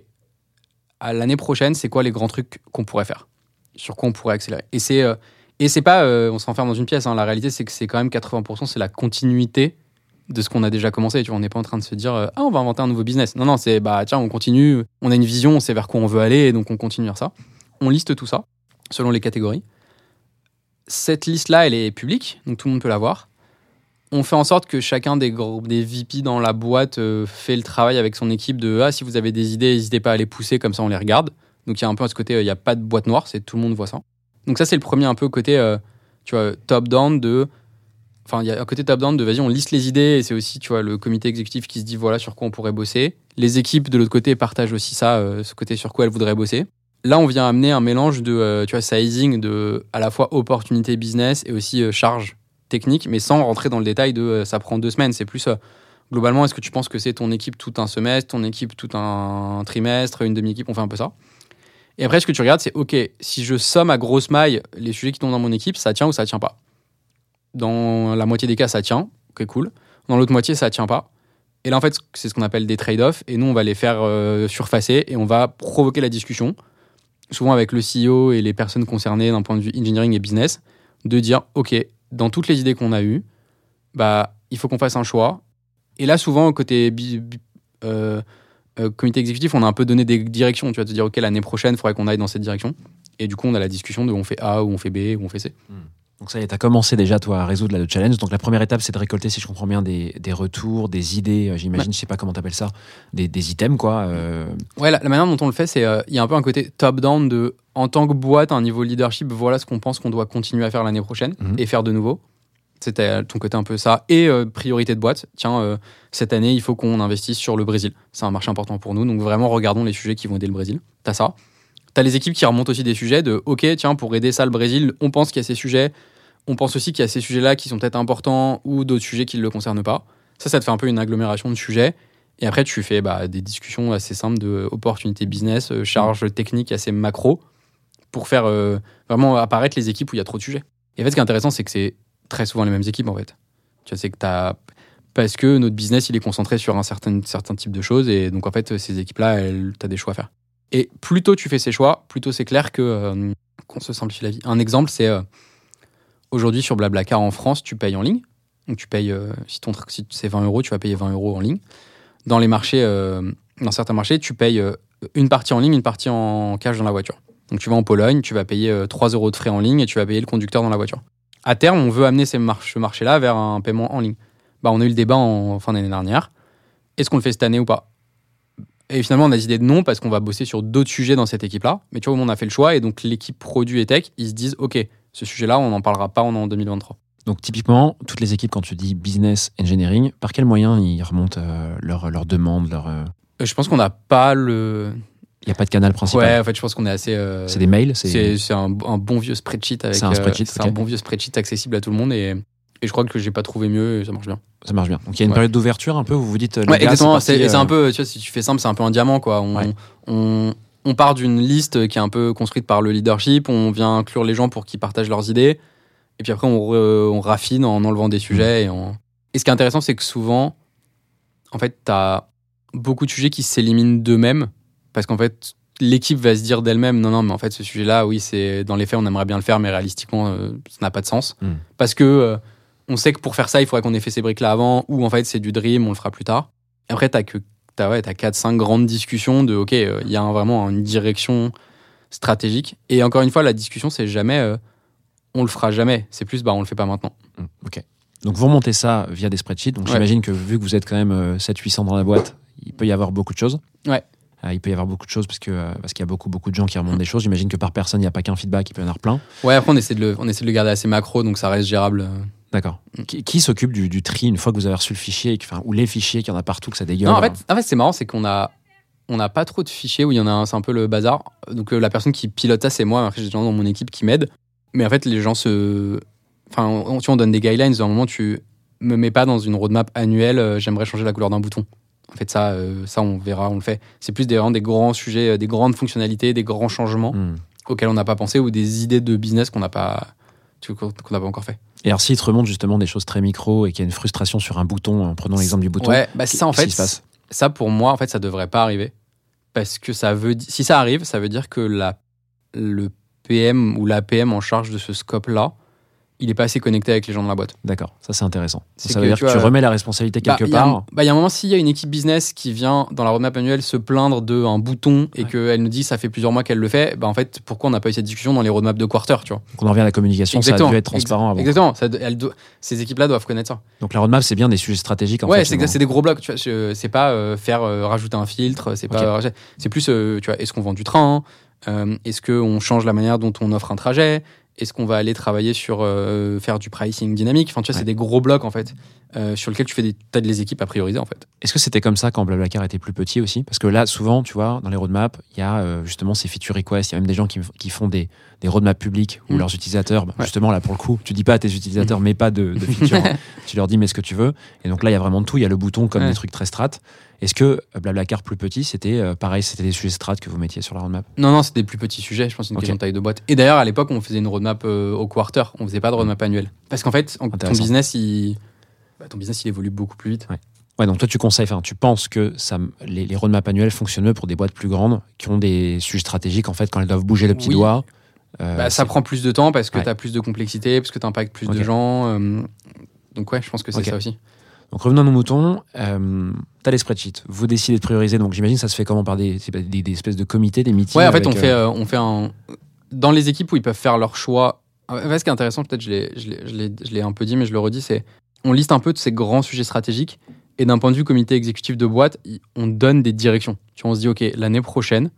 à l'année prochaine, c'est quoi les grands trucs qu'on pourrait faire ? Sur quoi on pourrait accélérer ? Et c'est, euh, et c'est pas, euh, on se renferme dans une pièce, hein, la réalité c'est que c'est quand même quatre-vingts pour cent, c'est la continuité de ce qu'on a déjà commencé. Tu vois, on n'est pas en train de se dire ah on va inventer un nouveau business. Non non, c'est bah tiens on continue. On a une vision, on sait vers quoi on veut aller et donc on continue vers ça. On liste tout ça selon les catégories. Cette liste là, elle est publique, donc tout le monde peut la voir. On fait en sorte que chacun des gros, des V P dans la boîte euh, fait le travail avec son équipe de ah si vous avez des idées, n'hésitez pas à les pousser comme ça on les regarde. Donc il y a un peu à ce côté, il euh, n'y a pas de boîte noire, c'est tout le monde voit ça. Donc ça c'est le premier un peu côté euh, tu vois top down de Enfin, il y a un côté top-down de vas-y, on liste les idées et c'est aussi, tu vois, le comité exécutif qui se dit voilà sur quoi on pourrait bosser. Les équipes de l'autre côté partagent aussi ça, euh, ce côté sur quoi elles voudraient bosser. Là, on vient amener un mélange de, euh, tu vois, sizing de à la fois opportunité business et aussi euh, charge technique, mais sans rentrer dans le détail de euh, ça prend deux semaines. C'est plus euh, globalement, est-ce que tu penses que c'est ton équipe tout un semestre, ton équipe tout un trimestre, une demi-équipe, on fait un peu ça. Et après, ce que tu regardes, c'est ok, si je somme à grosse maille les sujets qui tombent dans mon équipe, ça tient ou ça tient pas. Dans la moitié des cas, ça tient. Ok, cool. Dans l'autre moitié, ça tient pas. Et là, en fait, c'est ce qu'on appelle des trade-offs. Et nous, on va les faire euh, surfacer et on va provoquer la discussion, souvent avec le C E O et les personnes concernées d'un point de vue engineering et business, de dire, OK, dans toutes les idées qu'on a eues, bah, il faut qu'on fasse un choix. Et là, souvent, côté bi- bi- euh, euh, comité exécutif, on a un peu donné des directions. Tu vas te dire, OK, l'année prochaine, il faudrait qu'on aille dans cette direction. Et du coup, on a la discussion de on fait A ou on fait B ou on fait C. Mmh. Donc ça y est, tu as commencé déjà, toi, à résoudre là, le challenge. Donc la première étape, c'est de récolter, si je comprends bien, des, des retours, des idées, euh, j'imagine, Ouais. je sais pas comment tu appelles ça, des, des items, quoi. euh, Ouais, la, la manière dont on le fait, c'est il y a un peu un côté top-down de, en tant que boîte, à un niveau leadership, voilà ce qu'on pense qu'on doit continuer à faire l'année prochaine Mhm. et faire de nouveau. C'était ton côté un peu ça. Et euh, priorité de boîte. Tiens, euh, cette année, il faut qu'on investisse sur le Brésil. C'est un marché important pour nous. Donc vraiment, regardons les sujets qui vont aider le Brésil. T'as ça. T'as les équipes qui remontent aussi des sujets de, OK, tiens, pour aider ça, le Brésil, on pense qu'il y a ces sujets. On pense aussi qu'il y a ces sujets-là qui sont peut-être importants ou d'autres sujets qui ne le concernent pas. Ça, ça te fait un peu une agglomération de sujets. Et après, tu fais bah, des discussions assez simples de opportunités business, euh, charges techniques assez macro pour faire euh, vraiment apparaître les équipes où il y a trop de sujets. Et en fait, ce qui est intéressant, c'est que c'est très souvent les mêmes équipes, en fait. Tu vois, c'est que t'as... Parce que notre business, il est concentré sur un certain, certain type de choses. Et donc, en fait, ces équipes-là, tu as des choix à faire. Et plus tôt tu fais ces choix, plus tôt c'est clair que, euh, qu'on se simplifie la vie. Un exemple, c'est... Euh, aujourd'hui, sur Blablacar en France, tu payes en ligne. Donc, tu payes... Euh, si, ton, si c'est vingt euros, tu vas payer vingt euros en ligne. Dans les marchés... Euh, dans certains marchés, tu payes euh, une partie en ligne, une partie en cash dans la voiture. Donc, tu vas en Pologne, tu vas payer euh, trois euros de frais en ligne et tu vas payer le conducteur dans la voiture. À terme, on veut amener ces mar- ce marché-là vers un paiement en ligne. Bah, on a eu le débat en fin d'année dernière. Est-ce qu'on le fait cette année ou pas ? Et finalement, on a décidé de non parce qu'on va bosser sur d'autres sujets dans cette équipe-là. Mais tu vois, on a fait le choix et donc l'équipe produit et tech, ils se disent OK, ce sujet-là, on n'en parlera pas en deux mille vingt-trois. Donc typiquement, toutes les équipes, quand tu dis business engineering, par quels moyens ils remontent euh, leurs leur demandes leur, euh... Je pense qu'on n'a pas le... Il n'y a pas de canal principal. Ouais, en fait, je pense qu'on est assez... Euh... C'est des mails c'est... C'est, c'est un, un bon vieux spreadsheet. Avec, c'est un spreadsheet, euh, c'est okay. un bon vieux spreadsheet accessible à tout le monde et, et je crois que j'ai pas trouvé mieux et ça marche bien. Ça marche bien. Donc il y a une ouais. période d'ouverture un peu où vous vous dites... Ouais, gars, exactement. c'est, parti, c'est, euh... c'est un peu, tu vois, si tu fais simple, c'est un peu un diamant, quoi. On, ouais. on, on part d'une liste qui est un peu construite par le leadership, on vient inclure les gens pour qu'ils partagent leurs idées, et puis après, on, re, on raffine en enlevant des sujets. Mmh. Et, en... et ce qui est intéressant, c'est que souvent, en fait, t'as beaucoup de sujets qui s'éliminent d'eux-mêmes, parce qu'en fait, l'équipe va se dire d'elle-même, non, non, mais en fait, ce sujet-là, oui, c'est dans les faits, on aimerait bien le faire, mais réalistiquement, euh, ça n'a pas de sens. Mmh. Parce que euh, on sait que pour faire ça, il faudrait qu'on ait fait ces briques-là avant, ou en fait, c'est du dream, on le fera plus tard. Et après, t'as que t'as, ouais, t'as quatre cinq grandes discussions de, OK, il euh, y a un, vraiment une direction stratégique. Et encore une fois, la discussion, c'est jamais, euh, on le fera jamais. C'est plus, bah, on le fait pas maintenant. Mmh, OK. Donc, vous remontez ça via des spreadsheets. Donc, ouais. J'imagine que vu que vous êtes quand même euh, sept huit cents dans la boîte, il peut y avoir beaucoup de choses. Ouais. Euh, il peut y avoir beaucoup de choses parce, que, euh, parce qu'il y a beaucoup, beaucoup de gens qui remontent mmh. des choses. J'imagine que par personne, il n'y a pas qu'un feedback, il peut y en avoir plein. Ouais, après, on essaie de le, on essaie de le garder assez macro, donc ça reste gérable. D'accord. Mmh. Qui, qui s'occupe du, du tri une fois que vous avez reçu le fichier, et que, enfin, ou les fichiers, qu'il y en a partout, que ça dégueule? Non, en fait, en fait c'est marrant, c'est qu'on a, on n'a pas trop de fichiers où il y en a un, c'est un peu le bazar. Donc euh, la personne qui pilote ça, c'est moi. Après, j'ai des gens dans mon équipe qui m'aident. Mais en fait, les gens se... Enfin, on, tu vois, on donne des guidelines. À un moment, tu me mets pas dans une roadmap annuelle, euh, j'aimerais changer la couleur d'un bouton. En fait, ça, euh, ça, on verra, on le fait. C'est plus des, vraiment des grands sujets, des grandes fonctionnalités, des grands changements mmh. auxquels on n'a pas pensé ou des idées de business qu'on n'a pas, qu'on n'a pas encore fait. Et alors, s'il te remonte justement des choses très micro et qu'il y a une frustration sur un bouton, en prenant l'exemple du bouton, ouais, bah ça, en fait, se passe ça, pour moi, en fait, ça devrait pas arriver. Parce que ça veut, si ça arrive, ça veut dire que la, le P M ou la P M en charge de ce scope-là, il n'est pas assez connecté avec les gens de la boîte. D'accord, ça c'est intéressant. C'est ça que, veut dire tu que vois, tu euh, remets la responsabilité quelque bah, part. Il bah, y a un moment, s'il y a une équipe business qui vient dans la roadmap annuelle se plaindre d'un bouton et ouais. qu'elle nous dit ça fait plusieurs mois qu'elle le fait, bah, en fait, pourquoi on n'a pas eu cette discussion dans les roadmaps de quarter, tu vois? Donc on en revient à la communication, exactement. Ça a dû être transparent Ex- avant. Exactement, ça, elle do- ces équipes-là doivent connaître ça. Donc la roadmap, c'est bien des sujets stratégiques en ouais, fait. Ouais, c'est, c'est des gros blocs, tu vois, c'est pas euh, faire euh, rajouter un filtre, c'est, pas, okay. c'est plus, euh, tu vois, est-ce qu'on vend du train, euh, est-ce qu'on change la manière dont on offre un trajet, est-ce qu'on va aller travailler sur euh, faire du pricing dynamique? Enfin, tu vois, ouais. c'est des gros blocs en fait, euh, sur lesquels tu fais des tas de les équipes à prioriser en fait. Est-ce que c'était comme ça quand Blablacar était plus petit aussi? Parce que là, souvent, tu vois, dans les roadmaps, il y a euh, justement ces feature requests. Il y a même des gens qui, qui font des, des roadmaps publics où mmh. leurs utilisateurs, bah, ouais. justement, là pour le coup, tu dis pas à tes utilisateurs, mmh. mais pas de, de feature. Hein. Tu leur dis, mets ce que tu veux. Et donc là, il y a vraiment de tout. Il y a le bouton comme ouais. des trucs très strat. Est-ce que Blablacar plus petit, c'était euh, pareil, c'était des sujets strat que vous mettiez sur la roadmap? Non, non, c'était des plus petits sujets. Je pense que c'est une okay. question de taille de boîte. Et d'ailleurs, à l'époque, on faisait une roadmap euh, au quarter. On faisait pas de roadmap mmh. annuelle. Parce qu'en fait, en, ton business, il, bah, ton business, il évolue beaucoup plus vite. Ouais. Ouais, donc toi, tu conseilles, enfin, tu penses que ça, les, les roadmaps annuels fonctionnent mieux pour des boîtes plus grandes qui ont des sujets stratégiques, en fait, quand elles doivent bouger le petit oui. doigt. Euh, bah, ça prend plus de temps parce que ouais. tu as plus de complexité, parce que tu impactes plus okay. de gens. Euh, donc, ouais, je pense que c'est okay. ça aussi. Donc, revenons à nos moutons. Euh, tu as les spreadsheets. Vous décidez de prioriser. Donc, j'imagine que ça se fait comment? Par des, des, des espèces de comités, des meetings? Ouais, en fait, avec, on, euh... fait, on fait un. Dans les équipes où ils peuvent faire leur choix En fait, ce qui est intéressant, peut-être je l'ai, je, l'ai, je, l'ai, je l'ai un peu dit, mais je le redis, c'est on liste un peu de ces grands sujets stratégiques et d'un point de vue comité exécutif de boîte, on donne des directions. Tu vois, on se dit, OK, l'année prochaine,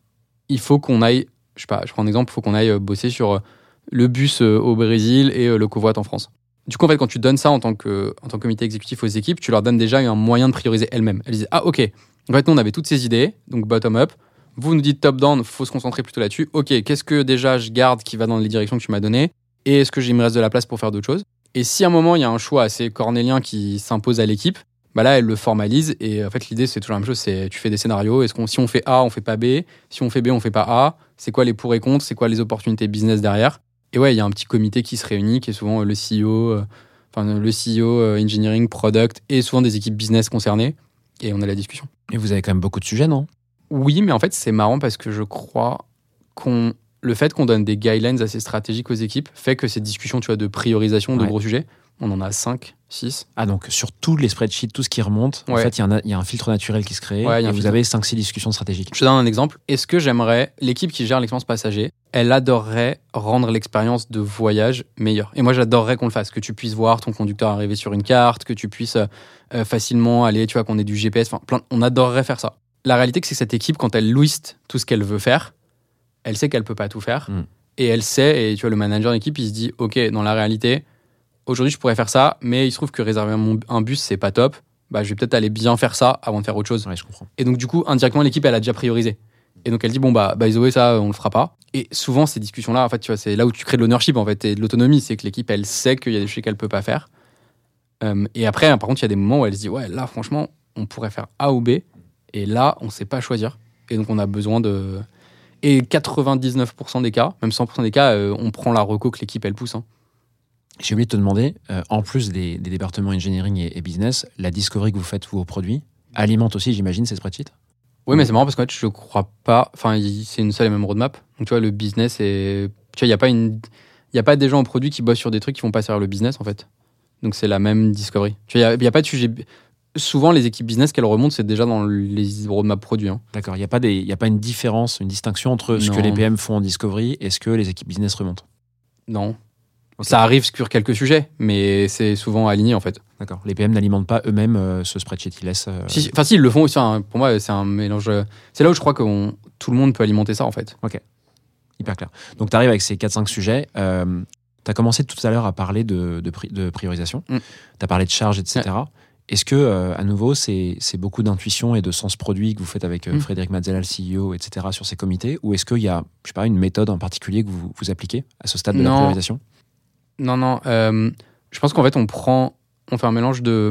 il faut qu'on aille, je sais pas, je prends un exemple, il faut qu'on aille bosser sur le bus au Brésil et le covoit en France. Du coup, en fait, quand tu donnes ça en tant que, en tant que comité exécutif aux équipes, tu leur donnes déjà un moyen de prioriser elles-mêmes. Elles disent, ah, OK, en fait, nous, on avait toutes ces idées, donc bottom-up. Vous nous dites top-down, il faut se concentrer plutôt là-dessus. OK, qu'est-ce que déjà je garde qui va dans les directions que tu m'as données? Et est-ce que il me reste de la place pour faire d'autres choses? Et si à un moment, il y a un choix assez cornélien qui s'impose à l'équipe, bah là, elle le formalise. Et en fait, l'idée, c'est toujours la même chose. C'est tu fais des scénarios. Est-ce qu'on, si on fait A, on fait pas B? Si on fait B, on fait pas A? C'est quoi les pour et contre? C'est quoi les opportunités business derrière? Et ouais, il y a un petit comité qui se réunit, qui est souvent le C E O, euh, enfin le C E O, euh, engineering, product, et souvent des équipes business concernées. Et on a la discussion. Et vous avez quand même beaucoup de sujets, non? Oui, mais en fait, c'est marrant parce que je crois qu'on le fait qu'on donne des guidelines assez stratégiques aux équipes fait que ces discussions, tu vois, de priorisation de ouais. gros sujets, on en a cinq, six. Ah, donc sur tous les spreadsheets, tout ce qui remonte, ouais. en fait, il y, y a un filtre naturel qui se crée ouais, et vous filtre. avez cinq six discussions stratégiques. Je te donne un exemple. Est-ce que j'aimerais, l'équipe qui gère l'expérience passager, elle adorerait rendre l'expérience de voyage meilleure. Et moi, j'adorerais qu'on le fasse, que tu puisses voir ton conducteur arriver sur une carte, que tu puisses euh, facilement aller, tu vois, qu'on ait du G P S, enfin, plein, on adorerait faire ça. La réalité, c'est que cette équipe, quand elle liste tout ce qu'elle veut faire, elle sait qu'elle peut pas tout faire. Mm. Et elle sait, et tu vois, le manager d'équipe, il se dit, OK, dans la réalité, aujourd'hui, je pourrais faire ça, mais il se trouve que réserver un, un bus, c'est pas top. Bah, je vais peut-être aller bien faire ça avant de faire autre chose. Ouais, je comprends. Et donc, du coup, indirectement, l'équipe, elle a déjà priorisé. Et donc, elle dit, bon, bah, by the way, ça, on le fera pas. Et souvent, ces discussions-là, en fait, tu vois, c'est là où tu crées de l'ownership, en fait, et de l'autonomie. C'est que l'équipe, elle sait qu'il y a des choses qu'elle peut pas faire. Euh, et après, par contre, il y a des moments où elle se dit, ouais, là, franchement, on pourrait faire A ou B. Et là, on sait pas choisir. Et donc, on a besoin de. Et quatre-vingt-dix-neuf pour cent des cas, même cent pour cent des cas, euh, on prend la reco que l'équipe, elle pousse. Hein. J'ai oublié de te demander, euh, en plus des, des départements engineering et, et business, la discovery que vous faites, vous, aux produits, alimente aussi, j'imagine, ces spreadsheets? Oui, mais c'est marrant parce qu'en fait, je crois pas. Enfin, c'est une seule et même roadmap. Donc, tu vois, le business est. Tu vois, il n'y a pas une. Il n'y a pas des gens au produit qui bossent sur des trucs qui vont pas servir le business, en fait. Donc, c'est la même discovery. Tu vois, il n'y a, a pas de sujet. Souvent, les équipes business qu'elles remontent, c'est déjà dans les roadmaps produits. Hein. D'accord. Il n'y a pas des, il y a pas une différence, une distinction entre ce non. que les P M font en discovery et ce que les équipes business remontent? Non. Okay. Ça arrive sur quelques sujets, mais c'est souvent aligné, en fait. D'accord. Les P M n'alimentent pas eux-mêmes euh, ce spreadsheet. Ils laissent. Euh... Si, enfin, si, ils le font aussi. Hein. Pour moi, c'est un mélange. C'est là où je crois que on, tout le monde peut alimenter ça, en fait. Ok. Hyper clair. Donc, tu arrives avec ces quatre cinq sujets. Euh, tu as commencé tout à l'heure à parler de, de, pri- de priorisation. Mm. Tu as parlé de charge, et cetera. Ouais. Est-ce que, euh, à nouveau, c'est, c'est beaucoup d'intuition et de sens produit que vous faites avec euh, mm. Frédéric Mazzella, le C E O, et cetera, sur ces comités? Ou est-ce qu'il y a, je sais pas, une méthode en particulier que vous, vous appliquez à ce stade de non. la priorisation? Non, non. Euh, je pense qu'en fait, on prend, on fait un mélange de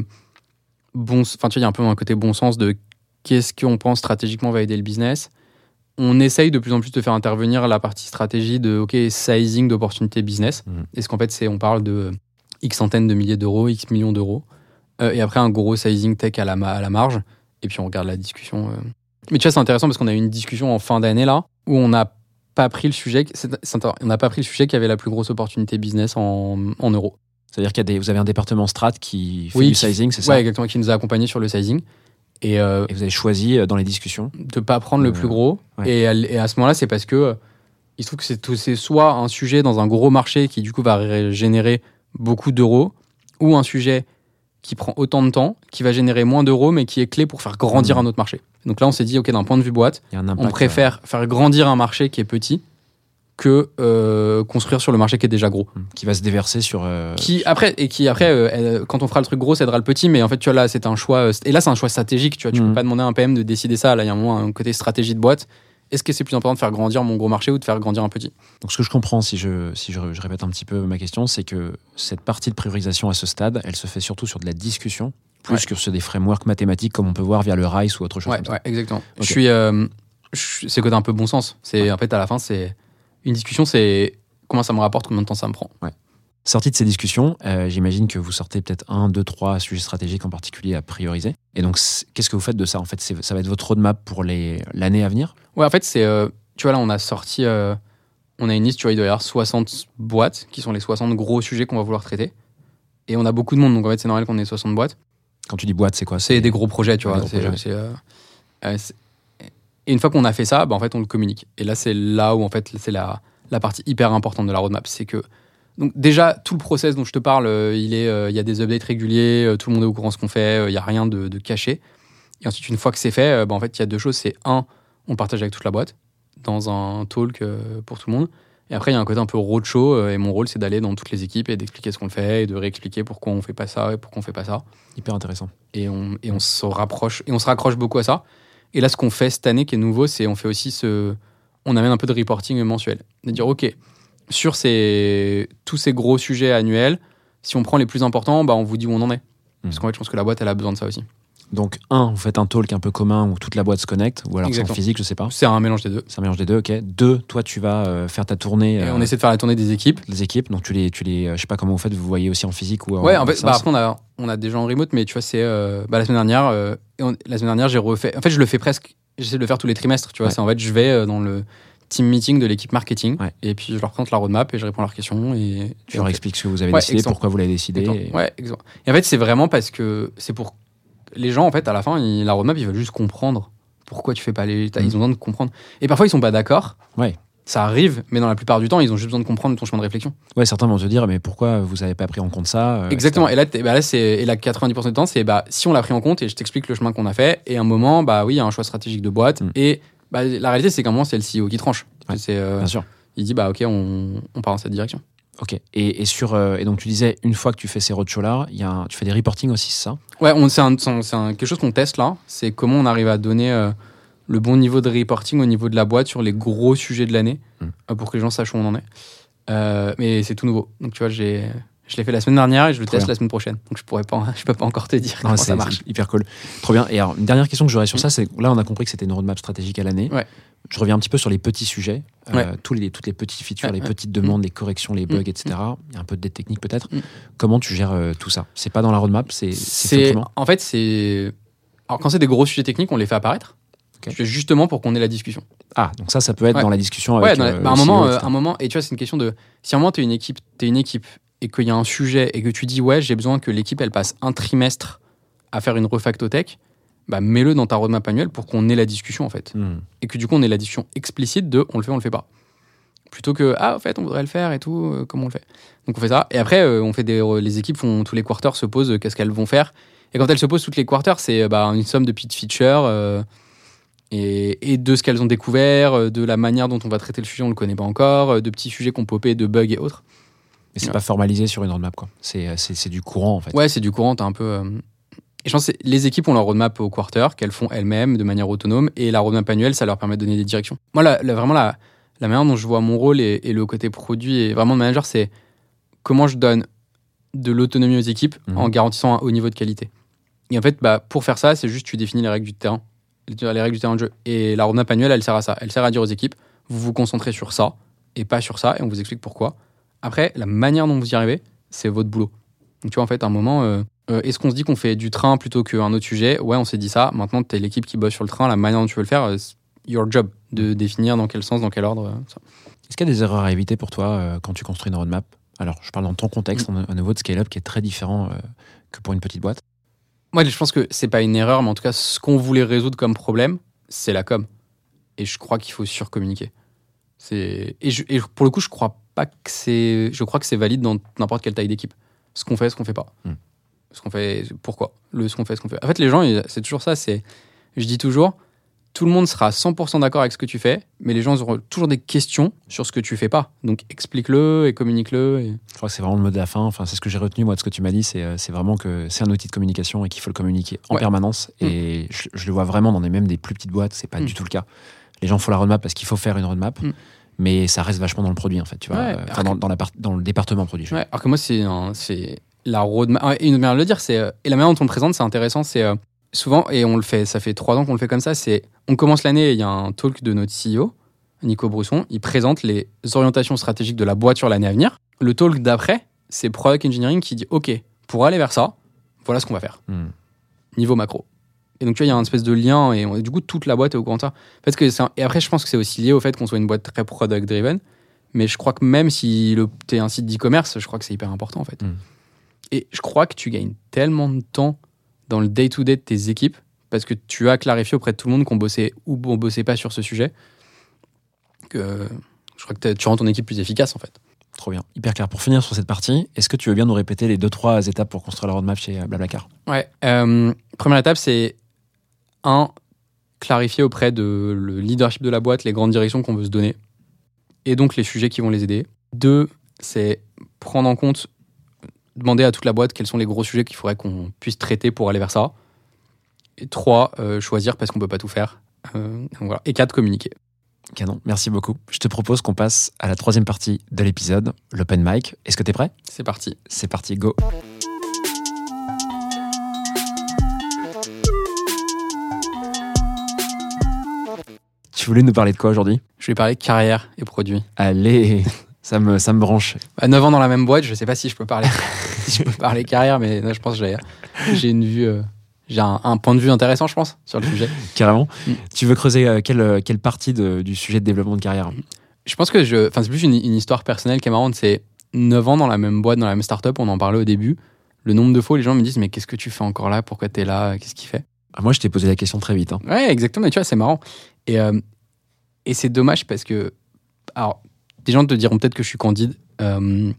bon, enfin, tu vois, il y a un peu un côté bon sens de qu'est-ce qu'on pense stratégiquement va aider le business. On essaye de plus en plus de faire intervenir la partie stratégie de, OK, sizing d'opportunités business. Mm. Est-ce qu'en fait, c'est, on parle de X centaines de milliers d'euros, X millions d'euros. Euh, et après, un gros sizing tech à la, ma- à la marge. Et puis, on regarde la discussion. Euh. Mais tu vois, c'est intéressant parce qu'on a eu une discussion en fin d'année, là, où on n'a pas pris le sujet, c'est, c'est, on n'a pas pris le sujet qui avait la plus grosse opportunité business en, en euros. C'est-à-dire qu'il y a des, vous avez un département strat qui fait oui, du sizing, c'est ça? Oui, exactement, qui nous a accompagnés sur le sizing. Et, euh, et vous avez choisi dans les discussions de ne pas prendre euh, le plus gros. Ouais. Et, à, et à ce moment-là, c'est parce que euh, il se trouve que c'est, tout, c'est soit un sujet dans un gros marché qui, du coup, va ré- générer beaucoup d'euros, ou un sujet qui prend autant de temps, qui va générer moins d'euros, mais qui est clé pour faire grandir mmh. un autre marché. Donc là, on s'est dit, OK, d'un point de vue boîte, impact, on préfère ouais. faire grandir un marché qui est petit que euh, construire sur le marché qui est déjà gros. Qui va se déverser sur... Euh... Qui, après, et qui, après euh, elle, quand on fera le truc gros, ça aidera le petit, mais en fait, tu vois, là, c'est un choix... Et là, c'est un choix stratégique, tu vois. Tu mmh. peux pas demander à un P M de décider ça. Là, il y a un moment, un côté stratégie de boîte. Est-ce que c'est plus important de faire grandir mon gros marché ou de faire grandir un petit? Donc, ce que je comprends, si, je, si je, je répète un petit peu ma question, c'est que cette partie de priorisation à ce stade, elle se fait surtout sur de la discussion, plus ouais. que sur des frameworks mathématiques comme on peut voir via le RICE ou autre chose ouais, comme ça. Ouais, exactement. Okay. Je suis, euh, je, c'est côté un peu bon sens. C'est, ouais. En fait, à la fin, c'est une discussion, c'est comment ça me rapporte, combien de temps ça me prend. Ouais. Sorti de ces discussions, euh, j'imagine que vous sortez peut-être un, deux, trois sujets stratégiques en particulier à prioriser. Et donc, qu'est-ce que vous faites de ça? En fait, c'est, ça va être votre roadmap pour les, l'année à venir? Ouais, en fait, c'est... Euh, tu vois, là, on a sorti... Euh, on a une liste, tu vois, il doit y avoir soixante boîtes, qui sont les soixante gros sujets qu'on va vouloir traiter. Et on a beaucoup de monde, donc en fait, c'est normal qu'on ait soixante boîtes. Quand tu dis boîte, c'est quoi? C'est, c'est des gros projets, tu vois. C'est, projets. C'est, euh, euh, c'est... Et une fois qu'on a fait ça, bah, en fait, on le communique. Et là, c'est là où, en fait, c'est la, la partie hyper importante de la roadmap. C'est que Donc déjà, tout le process dont je te parle, euh, il est, euh, il y a des updates réguliers, euh, tout le monde est au courant de ce qu'on fait, euh, il n'y a rien de, de caché. Et ensuite, une fois que c'est fait, euh, bah, en fait, il y a deux choses. C'est un, on partage avec toute la boîte dans un talk euh, pour tout le monde. Et après, il y a un côté un peu roadshow. Euh, et mon rôle, c'est d'aller dans toutes les équipes et d'expliquer ce qu'on fait et de réexpliquer pourquoi on fait pas ça et pourquoi on fait pas ça. Hyper intéressant. Et on, et on se rapproche et on se raccroche beaucoup à ça. Et là, ce qu'on fait cette année qui est nouveau, c'est on fait aussi ce, on amène un peu de reporting mensuel. De dire, ok, sur ces, tous ces gros sujets annuels, si on prend les plus importants, bah, on vous dit où on en est. Mmh. Parce qu'en fait, je pense que la boîte, elle a besoin de ça aussi. Donc, un, vous faites un talk un peu commun où toute la boîte se connecte, ou alors c'est en physique, je sais pas. C'est un mélange des deux. C'est un mélange des deux, ok. Deux, toi, tu vas euh, faire ta tournée. Euh, Et on essaie de faire la tournée des équipes. Les équipes, donc tu les, tu les, je sais pas comment vous faites, vous voyez aussi en physique ou en. Ouais, en en fait, bah, après, on a, on a des gens en remote, mais tu vois, c'est euh, bah, la semaine dernière, euh, et on, la semaine dernière, j'ai refait. En fait, je le fais presque. J'essaie de le faire tous les trimestres, tu vois. Ouais. C'est en fait, je vais euh, dans le team meeting de l'équipe marketing, ouais. Et puis je leur présente la roadmap et je réponds à leurs questions. Et tu leur expliques ce que vous avez ouais, décidé, exemple. Pourquoi vous l'avez décidé. Et... Ouais, exactement. Et en fait, c'est vraiment parce que c'est pour les gens, en fait, à la fin, ils, la roadmap, ils veulent juste comprendre pourquoi tu fais pas les. Mmh. Ils ont besoin de comprendre. Et parfois, ils sont pas d'accord. Ouais. Ça arrive, mais dans la plupart du temps, ils ont juste besoin de comprendre ton chemin de réflexion. Ouais, certains vont te dire, mais pourquoi vous avez pas pris en compte ça euh, Exactement. Et là, bah là, c'est et là, quatre-vingt-dix pour cent du temps, c'est bah si on l'a pris en compte et je t'explique le chemin qu'on a fait. Et à un moment, bah oui, il y a un choix stratégique de boîte. Mmh. Et bah, la réalité, c'est qu'à un moment, c'est le C E O qui tranche. Ouais, c'est, euh, bien sûr. Il dit, bah ok, on, on part dans cette direction. Ok. Et, et, sur, euh, et donc, tu disais, une fois que tu fais ces roadshows-là, y a un, tu fais des reporting aussi, c'est ça? Ouais, on, c'est, un, c'est un, quelque chose qu'on teste là. C'est comment on arrive à donner euh, le bon niveau de reporting au niveau de la boîte sur les gros sujets de l'année, mmh. euh, pour que les gens sachent où on en est. Euh, mais c'est tout nouveau. Donc, tu vois, j'ai, je l'ai fait la semaine dernière et je le Trop teste bien. La semaine prochaine. Donc, je pourrais pas, je peux pas encore te dire non, comment ça marche. Hyper cool. Trop bien. Et alors, une dernière question que j'aurais sur mmh. ça, c'est là, on a compris que c'était une roadmap stratégique à l'année. Ouais. Je reviens un petit peu sur les petits sujets, ouais. euh, tous les, toutes les petites features, ouais, les ouais. petites demandes, mmh. les corrections, les bugs, mmh. et cetera. Il y a un peu de dette technique peut-être. Mmh. Comment tu gères euh, tout ça? C'est pas dans la roadmap, c'est, c'est, c'est en fait, c'est. Alors, quand c'est des gros sujets techniques, on les fait apparaître. Okay. Justement pour qu'on ait la discussion. Ah, donc ça, ça peut être ouais. dans la discussion avec. Ouais, dans la, bah, euh, un, moment, euh, un moment, et tu vois, c'est une question de. Si à un moment, t'es une équipe, t'es une équipe et qu'il y a un sujet et que tu dis, ouais, j'ai besoin que l'équipe, elle passe un trimestre à faire une refactotech. Bah, mets-le dans ta roadmap annuelle pour qu'on ait la discussion, en fait. Mm. Et que du coup, on ait la discussion explicite de on le fait, on le fait pas. Plutôt que, ah, en fait, on voudrait le faire et tout, euh, comment on le fait. Donc, on fait ça. Et après, euh, on fait des, euh, les équipes font tous les quarters se posent euh, qu'est-ce qu'elles vont faire. Et quand elles se posent toutes les quarters, c'est bah, une somme de petites features euh, et, et de ce qu'elles ont découvert, de la manière dont on va traiter le sujet, on le connaît pas encore, de petits sujets qu'on popé, de bugs et autres. Mais c'est ouais. pas formalisé sur une roadmap, quoi. C'est, c'est, c'est du courant, en fait. Ouais, c'est du courant, t'as un peu. Euh, Et je pense que les équipes ont leur roadmap au quarter, qu'elles font elles-mêmes de manière autonome, et la roadmap annuelle, ça leur permet de donner des directions. Moi, la, la, vraiment, la, la manière dont je vois mon rôle et, et le côté produit et vraiment de manager, c'est comment je donne de l'autonomie aux équipes mmh. en garantissant un haut niveau de qualité. Et en fait, bah, pour faire ça, c'est juste tu définis les règles du terrain, les, les règles du terrain de jeu. Et la roadmap annuelle, elle sert à ça. Elle sert à dire aux équipes, vous vous concentrez sur ça et pas sur ça, et on vous explique pourquoi. Après, la manière dont vous y arrivez, c'est votre boulot. Donc tu vois, en fait, à un moment... Euh, Euh, est-ce qu'on se dit qu'on fait du train plutôt qu'un autre sujet? Ouais, on s'est dit ça. Maintenant, t'es l'équipe qui bosse sur le train. La manière dont tu veux le faire, euh, c'est your job de définir dans quel sens, dans quel ordre. Euh, ça. Est-ce qu'il y a des erreurs à éviter pour toi euh, quand tu construis une roadmap? Alors, je parle dans ton contexte, mmh. un niveau de scale-up qui est très différent euh, que pour une petite boîte. Moi, je pense que c'est pas une erreur, mais en tout cas, ce qu'on voulait résoudre comme problème, c'est la com. Et je crois qu'il faut surcommuniquer. C'est... Et, je, et pour le coup, je crois pas que c'est. Je crois que c'est valide dans n'importe quelle taille d'équipe. Ce qu'on fait, ce qu'on fait pas. Mmh. Ce qu'on fait, pourquoi le, ce qu'on fait, ce qu'on fait. En fait, les gens, c'est toujours ça. C'est, je dis toujours, tout le monde sera cent pour cent d'accord avec ce que tu fais, mais les gens auront toujours des questions sur ce que tu fais pas. Donc, explique-le et communique-le. Et... Je crois que c'est vraiment le mot de la fin. Enfin, c'est ce que j'ai retenu, moi, de ce que tu m'as dit. C'est, c'est vraiment que c'est un outil de communication et qu'il faut le communiquer en ouais. permanence. Mmh. Et je, je le vois vraiment dans des, même des plus petites boîtes. C'est pas mmh. du tout le cas. Les gens font la roadmap parce qu'il faut faire une roadmap. Mmh. Mais ça reste vachement dans le produit, en fait. Tu vois, ouais, enfin, dans, dans, la part, dans le département produit. Ouais, alors que moi, c'est... Un, c'est... La roadmap, et une manière de le dire, c'est, et la manière dont on le présente, c'est intéressant, c'est euh, souvent, et on le fait, ça fait trois ans qu'on le fait comme ça, c'est, on commence l'année, il y a un talk de notre C E O, Nico Brusson, il présente les orientations stratégiques de la boîte sur l'année à venir. Le talk d'après, c'est Product Engineering qui dit, OK, pour aller vers ça, voilà ce qu'on va faire. Mm. Niveau macro. Et donc, tu vois, il y a une espèce de lien, et on, du coup, toute la boîte est au courant de ça. Parce que c'est un, et après, je pense que c'est aussi lié au fait qu'on soit une boîte très product-driven, mais je crois que même si le, t'es un site d'e-commerce, je crois que c'est hyper important, en fait. Mm. Et je crois que tu gagnes tellement de temps dans le day-to-day de tes équipes parce que tu as clarifié auprès de tout le monde qu'on bossait ou on bossait pas sur ce sujet que je crois que tu rends ton équipe plus efficace en fait. Trop bien, hyper clair. Pour finir sur cette partie, est-ce que tu veux bien nous répéter les deux trois étapes pour construire la roadmap chez Blablacar? Ouais. Euh, première étape, c'est un, clarifier auprès de le leadership de la boîte les grandes directions qu'on veut se donner et donc les sujets qui vont les aider. Deux, c'est prendre en compte, demander à toute la boîte quels sont les gros sujets qu'il faudrait qu'on puisse traiter pour aller vers ça. Et trois, euh, choisir parce qu'on peut pas tout faire. Euh, donc voilà. Et quatre, communiquer. Canon, merci beaucoup. Je te propose qu'on passe à la troisième partie de l'épisode, l'open mic. Est-ce que t'es prêt? C'est parti. C'est parti, go. Tu voulais nous parler de quoi aujourd'hui? Je vais parler carrière et produits. Allez, ça me, ça me branche. À neuf ans dans la même boîte, je sais pas si je peux parler, si je peux parler carrière, mais là, je pense que j'ai, j'ai une vue, euh, j'ai un, un point de vue intéressant, je pense, sur le sujet. Carrément. Mm. Tu veux creuser euh, quelle, quelle partie de- du sujet de développement de carrière? Je pense que je, enfin, c'est plus une, une histoire personnelle qui est marrante. C'est neuf ans dans la même boîte, dans la même start-up, on en parlait au début. Le nombre de fois, les gens me disent, mais qu'est-ce que tu fais encore là? Pourquoi t'es là? Qu'est-ce qu'il fait? Ah, moi, je t'ai posé la question très vite. hein. Ouais, exactement. Et tu vois, c'est marrant. Et, euh, et c'est dommage parce que, alors, des gens te diront peut-être que je suis candide. Euh,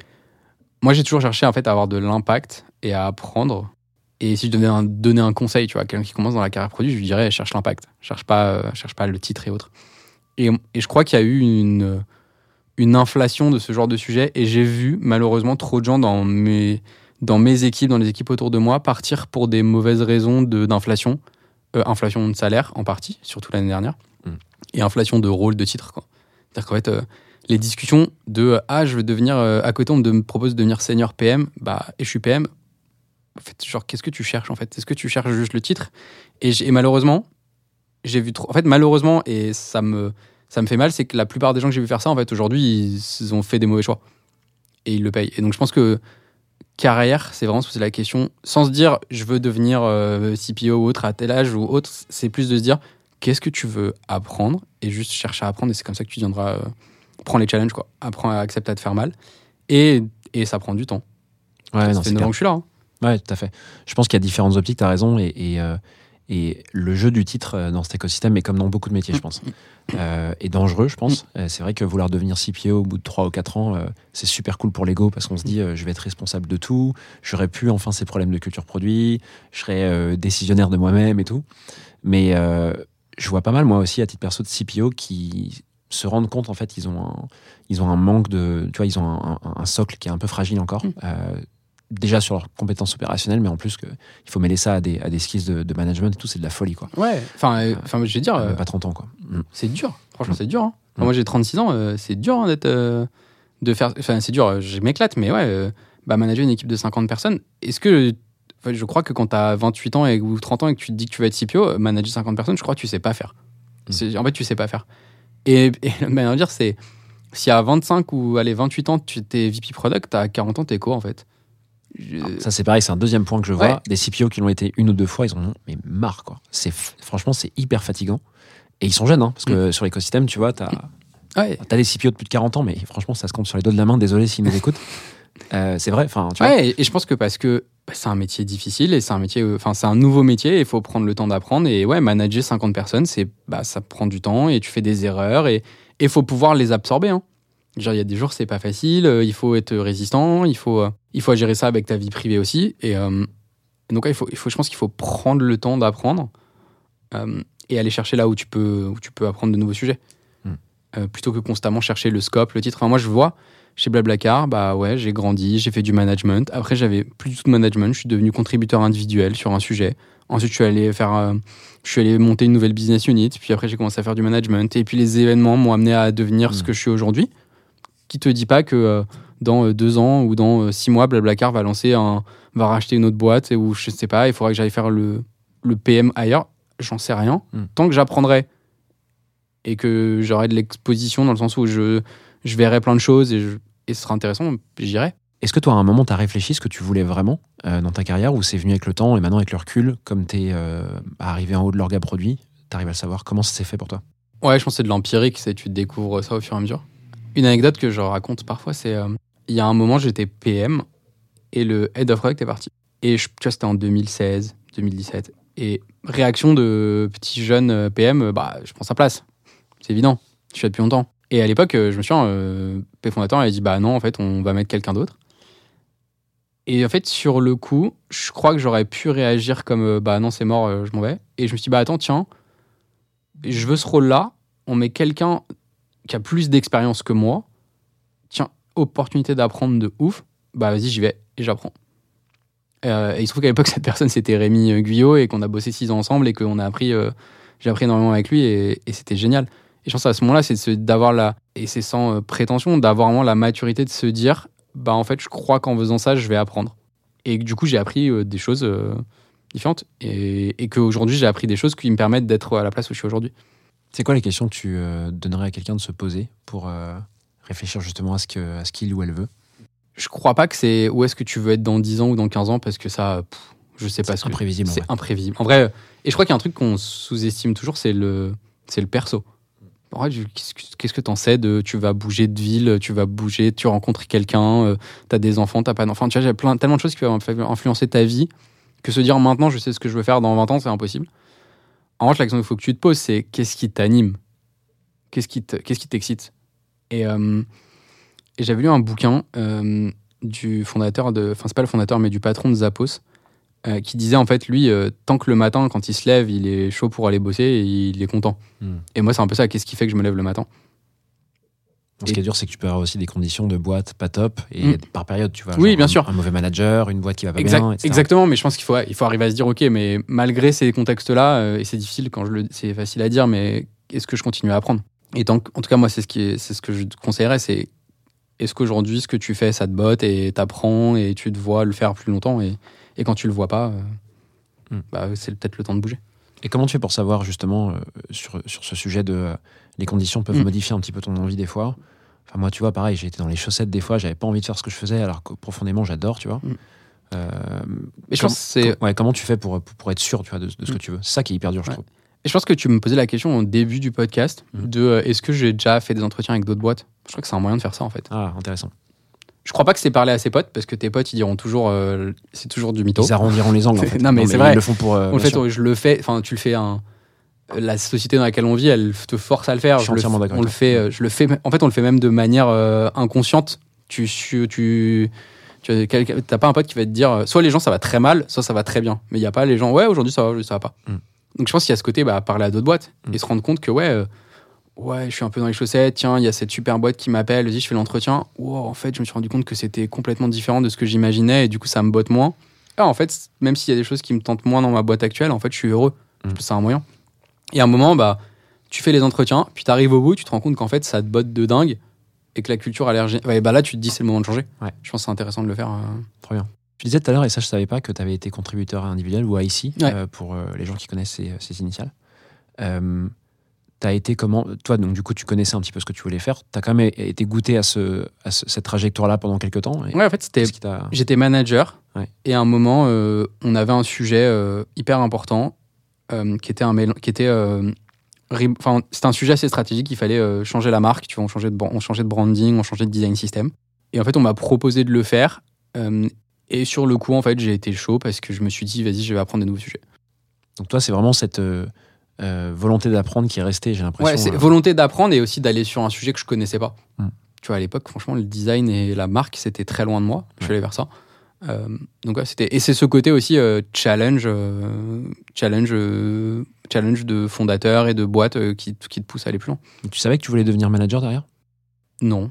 moi, j'ai toujours cherché en fait à avoir de l'impact et à apprendre. Et si je devais un- donner un conseil, tu vois, à quelqu'un qui commence dans la carrière produit, je lui dirais cherche l'impact, cherche pas, euh, cherche pas le titre et autres. Et, et je crois qu'il y a eu une une inflation de ce genre de sujet. Et j'ai vu malheureusement trop de gens dans mes dans mes équipes, dans les équipes autour de moi, partir pour des mauvaises raisons de d'inflation, Euh, inflation de salaire en partie, surtout l'année dernière, Mm. et inflation de rôle, de titre, quoi. C'est-à-dire qu'en fait, euh, les discussions de euh, ah, je veux devenir, euh, à côté, on me de- me propose de devenir senior P M, bah, et je suis P M. En fait, genre, qu'est-ce que tu cherches, en fait? Est-ce que tu cherches juste le titre? Et, j'ai- et malheureusement, j'ai vu trop. En fait, malheureusement, et ça me, ça me fait mal, c'est que la plupart des gens que j'ai vu faire ça, en fait, aujourd'hui, ils, ils ont fait des mauvais choix. Et ils le payent. Et donc, je pense que carrière, c'est vraiment se poser la question, sans se dire je veux devenir euh, C P O ou autre à tel âge ou autre, c'est plus de se dire qu'est-ce que tu veux apprendre et juste chercher à apprendre, et c'est comme ça que tu viendras euh, prendre les challenges, quoi. Apprends à accepter à te faire mal, et, et ça prend du temps. Ouais, ça non, fait c'est neuf clair. ans que je suis là, hein. Ouais, tout à fait. Je pense qu'il y a différentes optiques, tu as raison, et, et, euh, et le jeu du titre euh, dans cet écosystème est comme dans beaucoup de métiers, je pense. Euh, est dangereux, je pense. Euh, c'est vrai que vouloir devenir C P O au bout de trois ou quatre ans, euh, c'est super cool pour l'ego parce qu'on se dit euh, je vais être responsable de tout, j'aurai plus enfin ces problèmes de culture produit, je serai euh, décisionnaire de moi-même et tout. Mais euh, je vois pas mal, moi aussi, à titre perso, de C P O qui se rendent compte, en fait, ils ont un, ils ont un manque de. Tu vois, ils ont un, un- un socle qui est un peu fragile encore. Mm. Euh, déjà sur leurs compétences opérationnelles, mais en plus, que, il faut mêler ça à des, à des skills de, de management et tout, c'est de la folie, quoi. Ouais, enfin, euh, enfin, je vais dire, Ah, euh, même pas trente ans, quoi. Mm. c'est dur. Franchement, Mm. c'est dur, hein. Enfin, Mm. moi, j'ai trente-six ans, euh, c'est dur, hein, d'être, euh, de faire. Enfin, c'est dur. euh, Je m'éclate, mais ouais, euh, bah, manager une équipe de cinquante personnes. Est-ce que enfin, je crois que quand t'as vingt-huit ans et, ou trente ans et que tu te dis que tu vas être C P O, euh, manager cinquante personnes, je crois que tu sais pas faire. Mm. C'est- En fait, tu sais pas faire. Et, et le manager, c'est si à vingt-cinq ou allez, vingt-huit ans, tu es V P Product, à quarante ans, t'es quoi en fait? Je- Ça, c'est pareil, c'est un deuxième point que je vois. Ouais. Des C P O qui l'ont été une ou deux fois, ils en ont mais marre, quoi. C'est, f- franchement, c'est hyper fatigant. Et ils sont jeunes, hein, parce que sur l'écosystème, tu vois, t'as, Ouais, t'as des C P O de plus de quarante ans, mais franchement, ça se compte sur les doigts de la main. Désolé s'ils nous écoutent. Euh, c'est vrai, enfin, tu vois. ouais, et, et je pense que parce que bah, c'est un métier difficile et c'est un métier, enfin c'est un nouveau métier, il faut prendre le temps d'apprendre, et ouais, manager cinquante personnes, c'est bah ça prend du temps et tu fais des erreurs, et il faut pouvoir les absorber, hein. Genre, il y a des jours c'est pas facile, euh, il faut être résistant, il faut euh, il faut gérer ça avec ta vie privée aussi, et, euh, et donc ouais, il faut il faut je pense qu'il faut prendre le temps d'apprendre, euh, et aller chercher là où tu peux où tu peux apprendre de nouveaux sujets. Mm. Euh, plutôt que constamment chercher le scope, le titre. Enfin, moi je vois chez Blablacar, bah ouais, j'ai grandi, j'ai fait du management. Après, j'avais plus du tout de management. Je suis devenu contributeur individuel sur un sujet. Ensuite, je suis allé faire, euh, je suis allé monter une nouvelle business unit. Puis après, j'ai commencé à faire du management. Et puis les événements m'ont amené à devenir Mmh. ce que je suis aujourd'hui. Qui te dit pas que euh, dans euh, deux ans ou dans euh, six mois, Blablacar va lancer un, va racheter une autre boîte, ou je sais pas, il faudra que j'aille faire le le P M ailleurs. J'en sais rien. Mmh. Tant que j'apprendrai et que j'aurai de l'exposition dans le sens où je je verrai plein de choses et, je, et ce sera intéressant, j'irai. Est-ce que toi, à un moment, tu as réfléchi ce que tu voulais vraiment euh, dans ta carrière, ou c'est venu avec le temps et maintenant, avec le recul, comme tu es arrivé en haut de l'orga produit, tu arrives à le savoir? Comment ça s'est fait pour toi? Ouais, je pense que c'est de l'empirique, c'est tu découvres ça au fur et à mesure. Une anecdote que je raconte parfois, c'est euh, il y a un moment, j'étais P M et le head of product est parti. Et je, tu vois, c'était en deux mille seize, deux mille dix-sept. Et réaction de petit jeune P M, bah, je prends sa place. C'est évident, je suis là depuis longtemps. Et à l'époque, euh, je me souviens, euh, P fondateur avait dit bah non, en fait, on va mettre quelqu'un d'autre. Et en fait, sur le coup, je crois que j'aurais pu réagir comme euh, bah non, c'est mort, euh, je m'en vais. Et je me suis dit bah attends, tiens, je veux ce rôle-là, on met quelqu'un qui a plus d'expérience que moi. Tiens, opportunité d'apprendre de ouf, bah vas-y, j'y vais et j'apprends. Euh, et il se trouve qu'à l'époque, cette personne, c'était Rémi Guyot et qu'on a bossé six ans ensemble et qu'on a appris, euh, j'ai appris énormément avec lui et, et c'était génial. Et je pense à ce moment-là, c'est de se, d'avoir la, et c'est sans euh, prétention, d'avoir vraiment la maturité de se dire, bah en fait, je crois qu'en faisant ça, je vais apprendre. Et du coup, j'ai appris euh, des choses euh, différentes et, et qu'aujourd'hui, j'ai appris des choses qui me permettent d'être à la place où je suis aujourd'hui. C'est quoi les questions que tu euh, donnerais à quelqu'un de se poser pour euh, réfléchir justement à ce, que, à ce qu'il ou elle veut? Je crois pas que c'est où est-ce que tu veux être dans dix ans ou dans quinze ans parce que ça, pff, je sais pas. C'est ce que, imprévisible. C'est ouais. imprévisible. En vrai, et je crois qu'il y a un truc qu'on sous-estime toujours, c'est le, c'est le perso. En vrai, qu'est-ce que, qu'est-ce que t'en sais de tu vas bouger de ville, tu vas bouger, tu rencontres quelqu'un, euh, t'as des enfants, t'as pas d'enfants. Tu vois, j'ai plein, tellement de choses qui peuvent influencer ta vie que se dire maintenant je sais ce que je veux faire dans vingt ans, c'est impossible. En revanche, la question qu'il faut que tu te poses, c'est qu'est-ce qui t'anime? Qu'est-ce qui, te, qu'est-ce qui t'excite? Et, euh, et j'avais lu un bouquin euh, du fondateur de, enfin c'est pas le fondateur, mais du patron de Zappos, euh, qui disait en fait lui, euh, tant que le matin quand il se lève, il est chaud pour aller bosser, et il est content. Mm. Et moi c'est un peu ça. Qu'est-ce qui fait que je me lève le matin? Ce qui est dur, c'est que tu peux avoir aussi des conditions de boîte pas top et Mm. par période, tu vois. Oui, genre bien un, sûr. Un mauvais manager, une boîte qui va pas Exact, bien, et cetera. exactement, mais je pense qu'il faut, il faut arriver à se dire ok, mais malgré ces contextes-là, euh, et c'est difficile quand je le, c'est facile à dire, mais est-ce que je continue à apprendre? Et tant que, en tout cas moi c'est ce qui est, c'est ce que je te conseillerais, c'est est-ce qu'aujourd'hui ce que tu fais ça te botte et t'apprends et tu te vois le faire plus longtemps et, et quand tu le vois pas, euh, Mm. bah, c'est peut-être le temps de bouger. Et comment tu fais pour savoir justement euh, sur, sur ce sujet de euh, les conditions peuvent Mm. modifier un petit peu ton envie des fois? Enfin, moi, tu vois, pareil, j'ai été dans les chaussettes des fois, j'avais pas envie de faire ce que je faisais alors que profondément j'adore, tu vois. Mm. Euh, Mais je com- pense que c'est- com- ouais, comment tu fais pour, pour être sûr, tu vois, de, de ce que Mm. tu veux? C'est ça qui est hyper dur, je Ouais. trouve. Et je pense que tu me posais la question au début du podcast Mhm. de euh, est-ce que j'ai déjà fait des entretiens avec d'autres boîtes? Je crois que c'est un moyen de faire ça en fait. Ah, intéressant. Je crois pas que c'est parler à ses potes parce que tes potes ils diront toujours euh, c'est toujours du mytho. Ils arrondiront les angles, en fait. Non, mais c'est vrai. Ils le font pour. euh, En bien fait, sûr. je le fais, enfin tu le fais un la société dans laquelle on vit, elle te force à le faire. Je suis le, entièrement d'accord on avec le toi. fait, euh, je le fais. En fait, on le fait même de manière euh, inconsciente. Tu, tu, tu, tu t'as pas un pote qui va te dire, soit les gens ça va très mal, soit ça va très bien. Mais il y a pas les gens, ouais aujourd'hui ça va, aujourd'hui ça va pas. Mm. Donc je pense qu'il y a ce côté, bah, parler à d'autres boîtes Mm. et se rendre compte que ouais, euh, ouais, je suis un peu dans les chaussettes. Tiens, il y a cette super boîte qui m'appelle. Vas-y, je fais l'entretien. Wow, en fait, je me suis rendu compte que c'était complètement différent de ce que j'imaginais et du coup ça me botte moins. Ah, en fait, même s'il y a des choses qui me tentent moins dans ma boîte actuelle, en fait, je suis heureux. Mm. Je pense que c'est un moyen. Et à un moment, bah, tu fais les entretiens, puis tu arrives au bout, tu te rends compte qu'en fait, ça te botte de dingue et que la culture a l'air. gé- Ouais, bah là, tu te dis, c'est le moment de changer. Ouais. Je pense que c'est intéressant de le faire. euh. Trop bien. Tu disais tout à l'heure, et ça je savais pas, que tu avais été contributeur individuel ou I C, Ouais. euh, pour euh, les gens qui connaissent ces, ces initiales. Euh, t'as été comment? Toi, donc du coup, tu connaissais un petit peu ce que tu voulais faire. T'as quand même été goûté à, ce, à ce- cette trajectoire-là pendant quelques temps. Et Ouais, en fait, c'était. qu'est-ce qui t'a- J'étais manager Ouais. et à un moment, euh, on avait un sujet euh, hyper important euh, qui était un mél- qui était. euh, ri- Enfin, c'était un sujet assez stratégique. Il fallait euh, changer la marque. Tu vois, on changeait de, bran- on changeait de branding, on changeait de design system. Et en fait, on m'a proposé de le faire. euh, et sur le coup, en fait, j'ai été chaud parce que je me suis dit, vas-y, je vais apprendre des nouveaux sujets. Donc toi, c'est vraiment cette euh, euh, volonté d'apprendre qui est restée, j'ai l'impression. Ouais, c'est euh, volonté d'apprendre et aussi d'aller sur un sujet que je connaissais pas. Mm. Tu vois, à l'époque, franchement, le design et la marque, c'était très loin de moi. Je suis Ouais. allé vers ça. Euh, donc ouais, c'était et c'est ce côté aussi euh, challenge, euh, challenge, euh, challenge de fondateurs et de boîtes euh, qui, qui te poussent à aller plus loin. Tu savais que tu voulais devenir manager derrière? Non.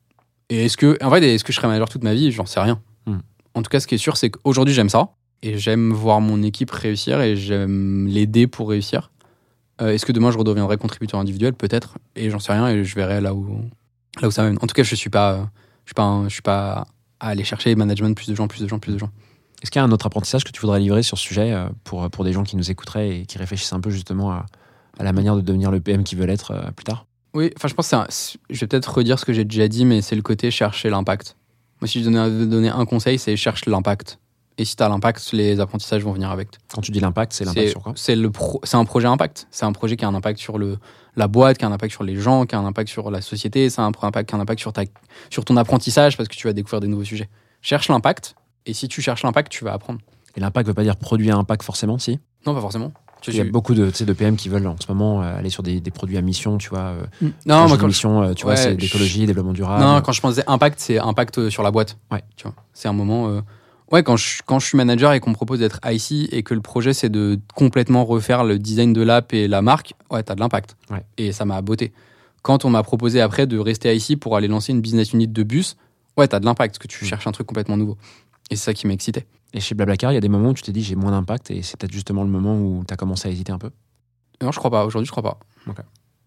Et est-ce que, en fait, est-ce que je serai manager toute ma vie? J'en sais rien. Mm. En tout cas, ce qui est sûr, c'est qu'aujourd'hui, j'aime ça et j'aime voir mon équipe réussir et j'aime l'aider pour réussir. Euh, est-ce que demain, je redeviendrai contributeur individuel? Peut-être. Et j'en sais rien et je verrai là où, là où ça mène. En tout cas, je suis pas, je suis pas, un- je suis pas à aller chercher management, plus de gens, plus de gens, plus de gens. Est-ce qu'il y a un autre apprentissage que tu voudrais livrer sur ce sujet euh, pour, pour des gens qui nous écouteraient et qui réfléchissent un peu justement à, à la manière de devenir le P M qu'ils veulent être euh, plus tard? Oui, enfin, je pense que c'est un- c'est- je vais peut-être redire ce que j'ai déjà dit, mais c'est le côté chercher l'impact. Moi, si je devais donner, donner un conseil, c'est cherche l'impact. Et si tu as l'impact, les apprentissages vont venir avec. Quand tu dis l'impact, c'est l'impact C'est sur quoi? c'est le pro- c'est un projet impact. C'est un projet qui a un impact sur le, la boîte, qui a un impact sur les gens, qui a un impact sur la société, c'est un pro- impact, qui a un impact sur, ta, sur ton apprentissage parce que tu vas découvrir des nouveaux sujets. Cherche l'impact. Et si tu cherches l'impact, tu vas apprendre. Et l'impact veut pas dire produit à impact forcément, si? Non, pas forcément. Tu Il y a tu- beaucoup de, tu sais, de P M qui veulent en ce moment euh, aller sur des, des produits à mission, tu vois. Euh, Non, quand moi, je dis quand, mission, euh, tu vois, ouais, c'est je- d'écologie, développement durable. non, quand je pensais impact, c'est impact euh, sur la boîte. Ouais. Tu vois, c'est un moment. euh, Ouais, quand je, quand je suis manager et qu'on me propose d'être I C et que le projet c'est de complètement refaire le design de l'app et la marque, ouais, t'as de l'impact. Ouais. Et ça m'a botté. Quand on m'a proposé après de rester I C pour aller lancer une business unit de bus, ouais, t'as de l'impact parce que tu Mm. cherches un truc complètement nouveau. Et c'est ça qui m'excitait. Et chez Blablacar, il y a des moments où tu t'es dit j'ai moins d'impact et c'est peut-être justement le moment où tu as commencé à hésiter un peu. Non, je crois pas. Aujourd'hui, je crois pas. Ok.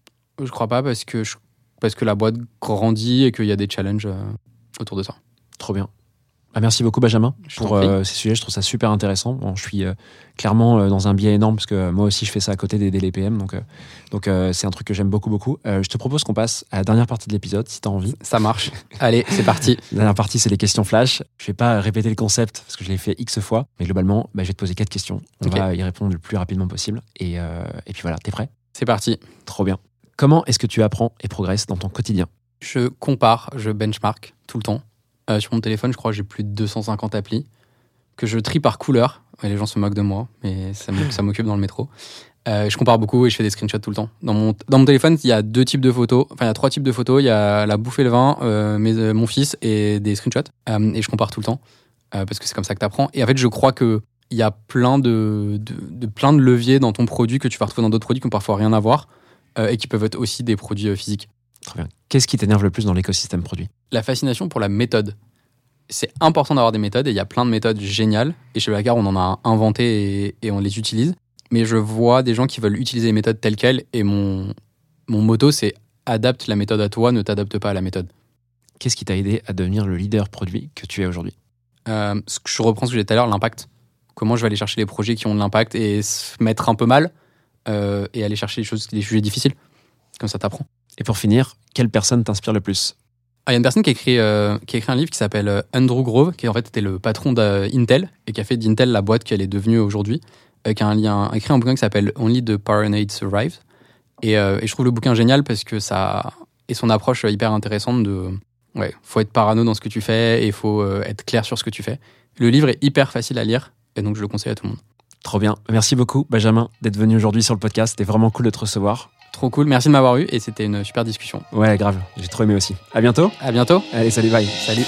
Je crois pas parce que, je- parce que la boîte grandit et qu'il y a des challenges euh, autour de ça. Trop bien. Bah, merci beaucoup Benjamin Je pour t'en prie. euh, ces sujets, je trouve ça super intéressant. Bon, je suis euh, clairement euh, dans un biais énorme parce que euh, moi aussi je fais ça à côté d'aider les P M, donc, euh, donc euh, c'est un truc que j'aime beaucoup beaucoup. Euh, je te propose qu'on passe à la dernière partie de l'épisode si tu as envie. Ça marche. Allez, c'est parti. La dernière partie c'est les questions flash. Je vais pas répéter le concept parce que je l'ai fait X fois, mais globalement bah, je vais te poser quatre questions. On Ok. va y répondre le plus rapidement possible et, euh, et puis voilà, t'es prêt? C'est parti. Trop bien. Comment est-ce que tu apprends et progresses dans ton quotidien? Je compare, je benchmark tout le temps. Euh, sur mon téléphone, je crois que j'ai plus de deux cent cinquante applis que je trie par couleur. Ouais, les gens se moquent de moi, mais ça m'oc- ça m'occupe dans le métro. Euh, je compare beaucoup et je fais des screenshots tout le temps. Dans mon, dans mon téléphone, il y a deux types de photos. Enfin, il y a trois types de photos. Il y a la bouffe et le vin, euh, mes, euh, mon fils et des screenshots. Euh, et je compare tout le temps euh, parce que c'est comme ça que tu apprends. Et en fait, je crois que il y a plein de, de, de, plein de leviers dans ton produit que tu vas retrouver dans d'autres produits qui n'ont parfois rien à voir euh, et qui peuvent être aussi des produits euh, physiques. Très bien. Qu'est-ce qui t'énerve le plus dans l'écosystème produit? La fascination pour la méthode. C'est important d'avoir des méthodes et il y a plein de méthodes géniales. Et chez Blablacar, on en a inventé et, et on les utilise. Mais je vois des gens qui veulent utiliser les méthodes telles quelles. Et mon, mon motto, c'est adapte la méthode à toi, ne t'adapte pas à la méthode. Qu'est-ce qui t'a aidé à devenir le leader produit que tu es aujourd'hui? Euh, ce que je reprends ce que j'ai dit tout à l'heure, l'impact. Comment je vais aller chercher les projets qui ont de l'impact et se mettre un peu mal euh, et aller chercher les choses, les sujets difficiles. Comme ça, t'apprends. Et pour finir, quelle personne t'inspire le plus? Ah, il y a une personne qui a écrit, euh, qui a écrit un livre qui s'appelle euh, Andrew Grove, qui en fait était le patron d'Intel et qui a fait d'Intel la boîte qu'elle est devenue aujourd'hui, euh, qui a un lien, a écrit un bouquin qui s'appelle Only the Paranoid Survive. Et, euh, et je trouve le bouquin génial parce que ça et son approche hyper intéressante de, ouais, faut être parano dans ce que tu fais et il faut euh, être clair sur ce que tu fais. Le livre est hyper facile à lire et donc je le conseille à tout le monde. Trop bien. Merci beaucoup, Benjamin, d'être venu aujourd'hui sur le podcast. C'était vraiment cool de te recevoir. Trop cool, merci de m'avoir eu et c'était une super discussion. Ouais, grave. J'ai trop aimé aussi. À bientôt. À bientôt. Allez, salut, bye. Salut.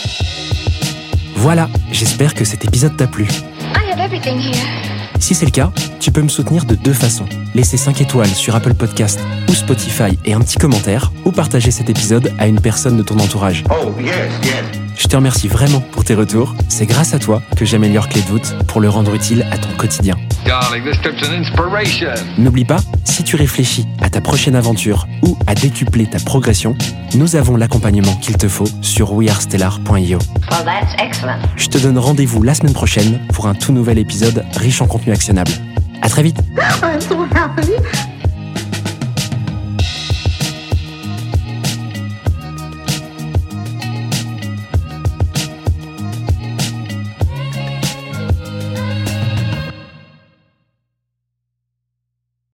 Voilà, j'espère que cet épisode t'a plu. I have everything here. Si c'est le cas, tu peux me soutenir de deux façons. Laisser cinq étoiles sur Apple Podcast ou Spotify et un petit commentaire, ou partager cet épisode à une personne de ton entourage. Oh, yes, yes. Je te remercie vraiment pour tes retours. C'est grâce à toi que j'améliore Clé de voûte pour le rendre utile à ton quotidien. Darling, this trip's an inspiration. N'oublie pas, si tu réfléchis à ta prochaine aventure ou à décupler ta progression, nous avons l'accompagnement qu'il te faut sur we are stellar point io. Well, that's excellent. Je te donne rendez-vous la semaine prochaine pour un tout nouvel épisode riche en contenu actionnable. À très vite. I'm so happy.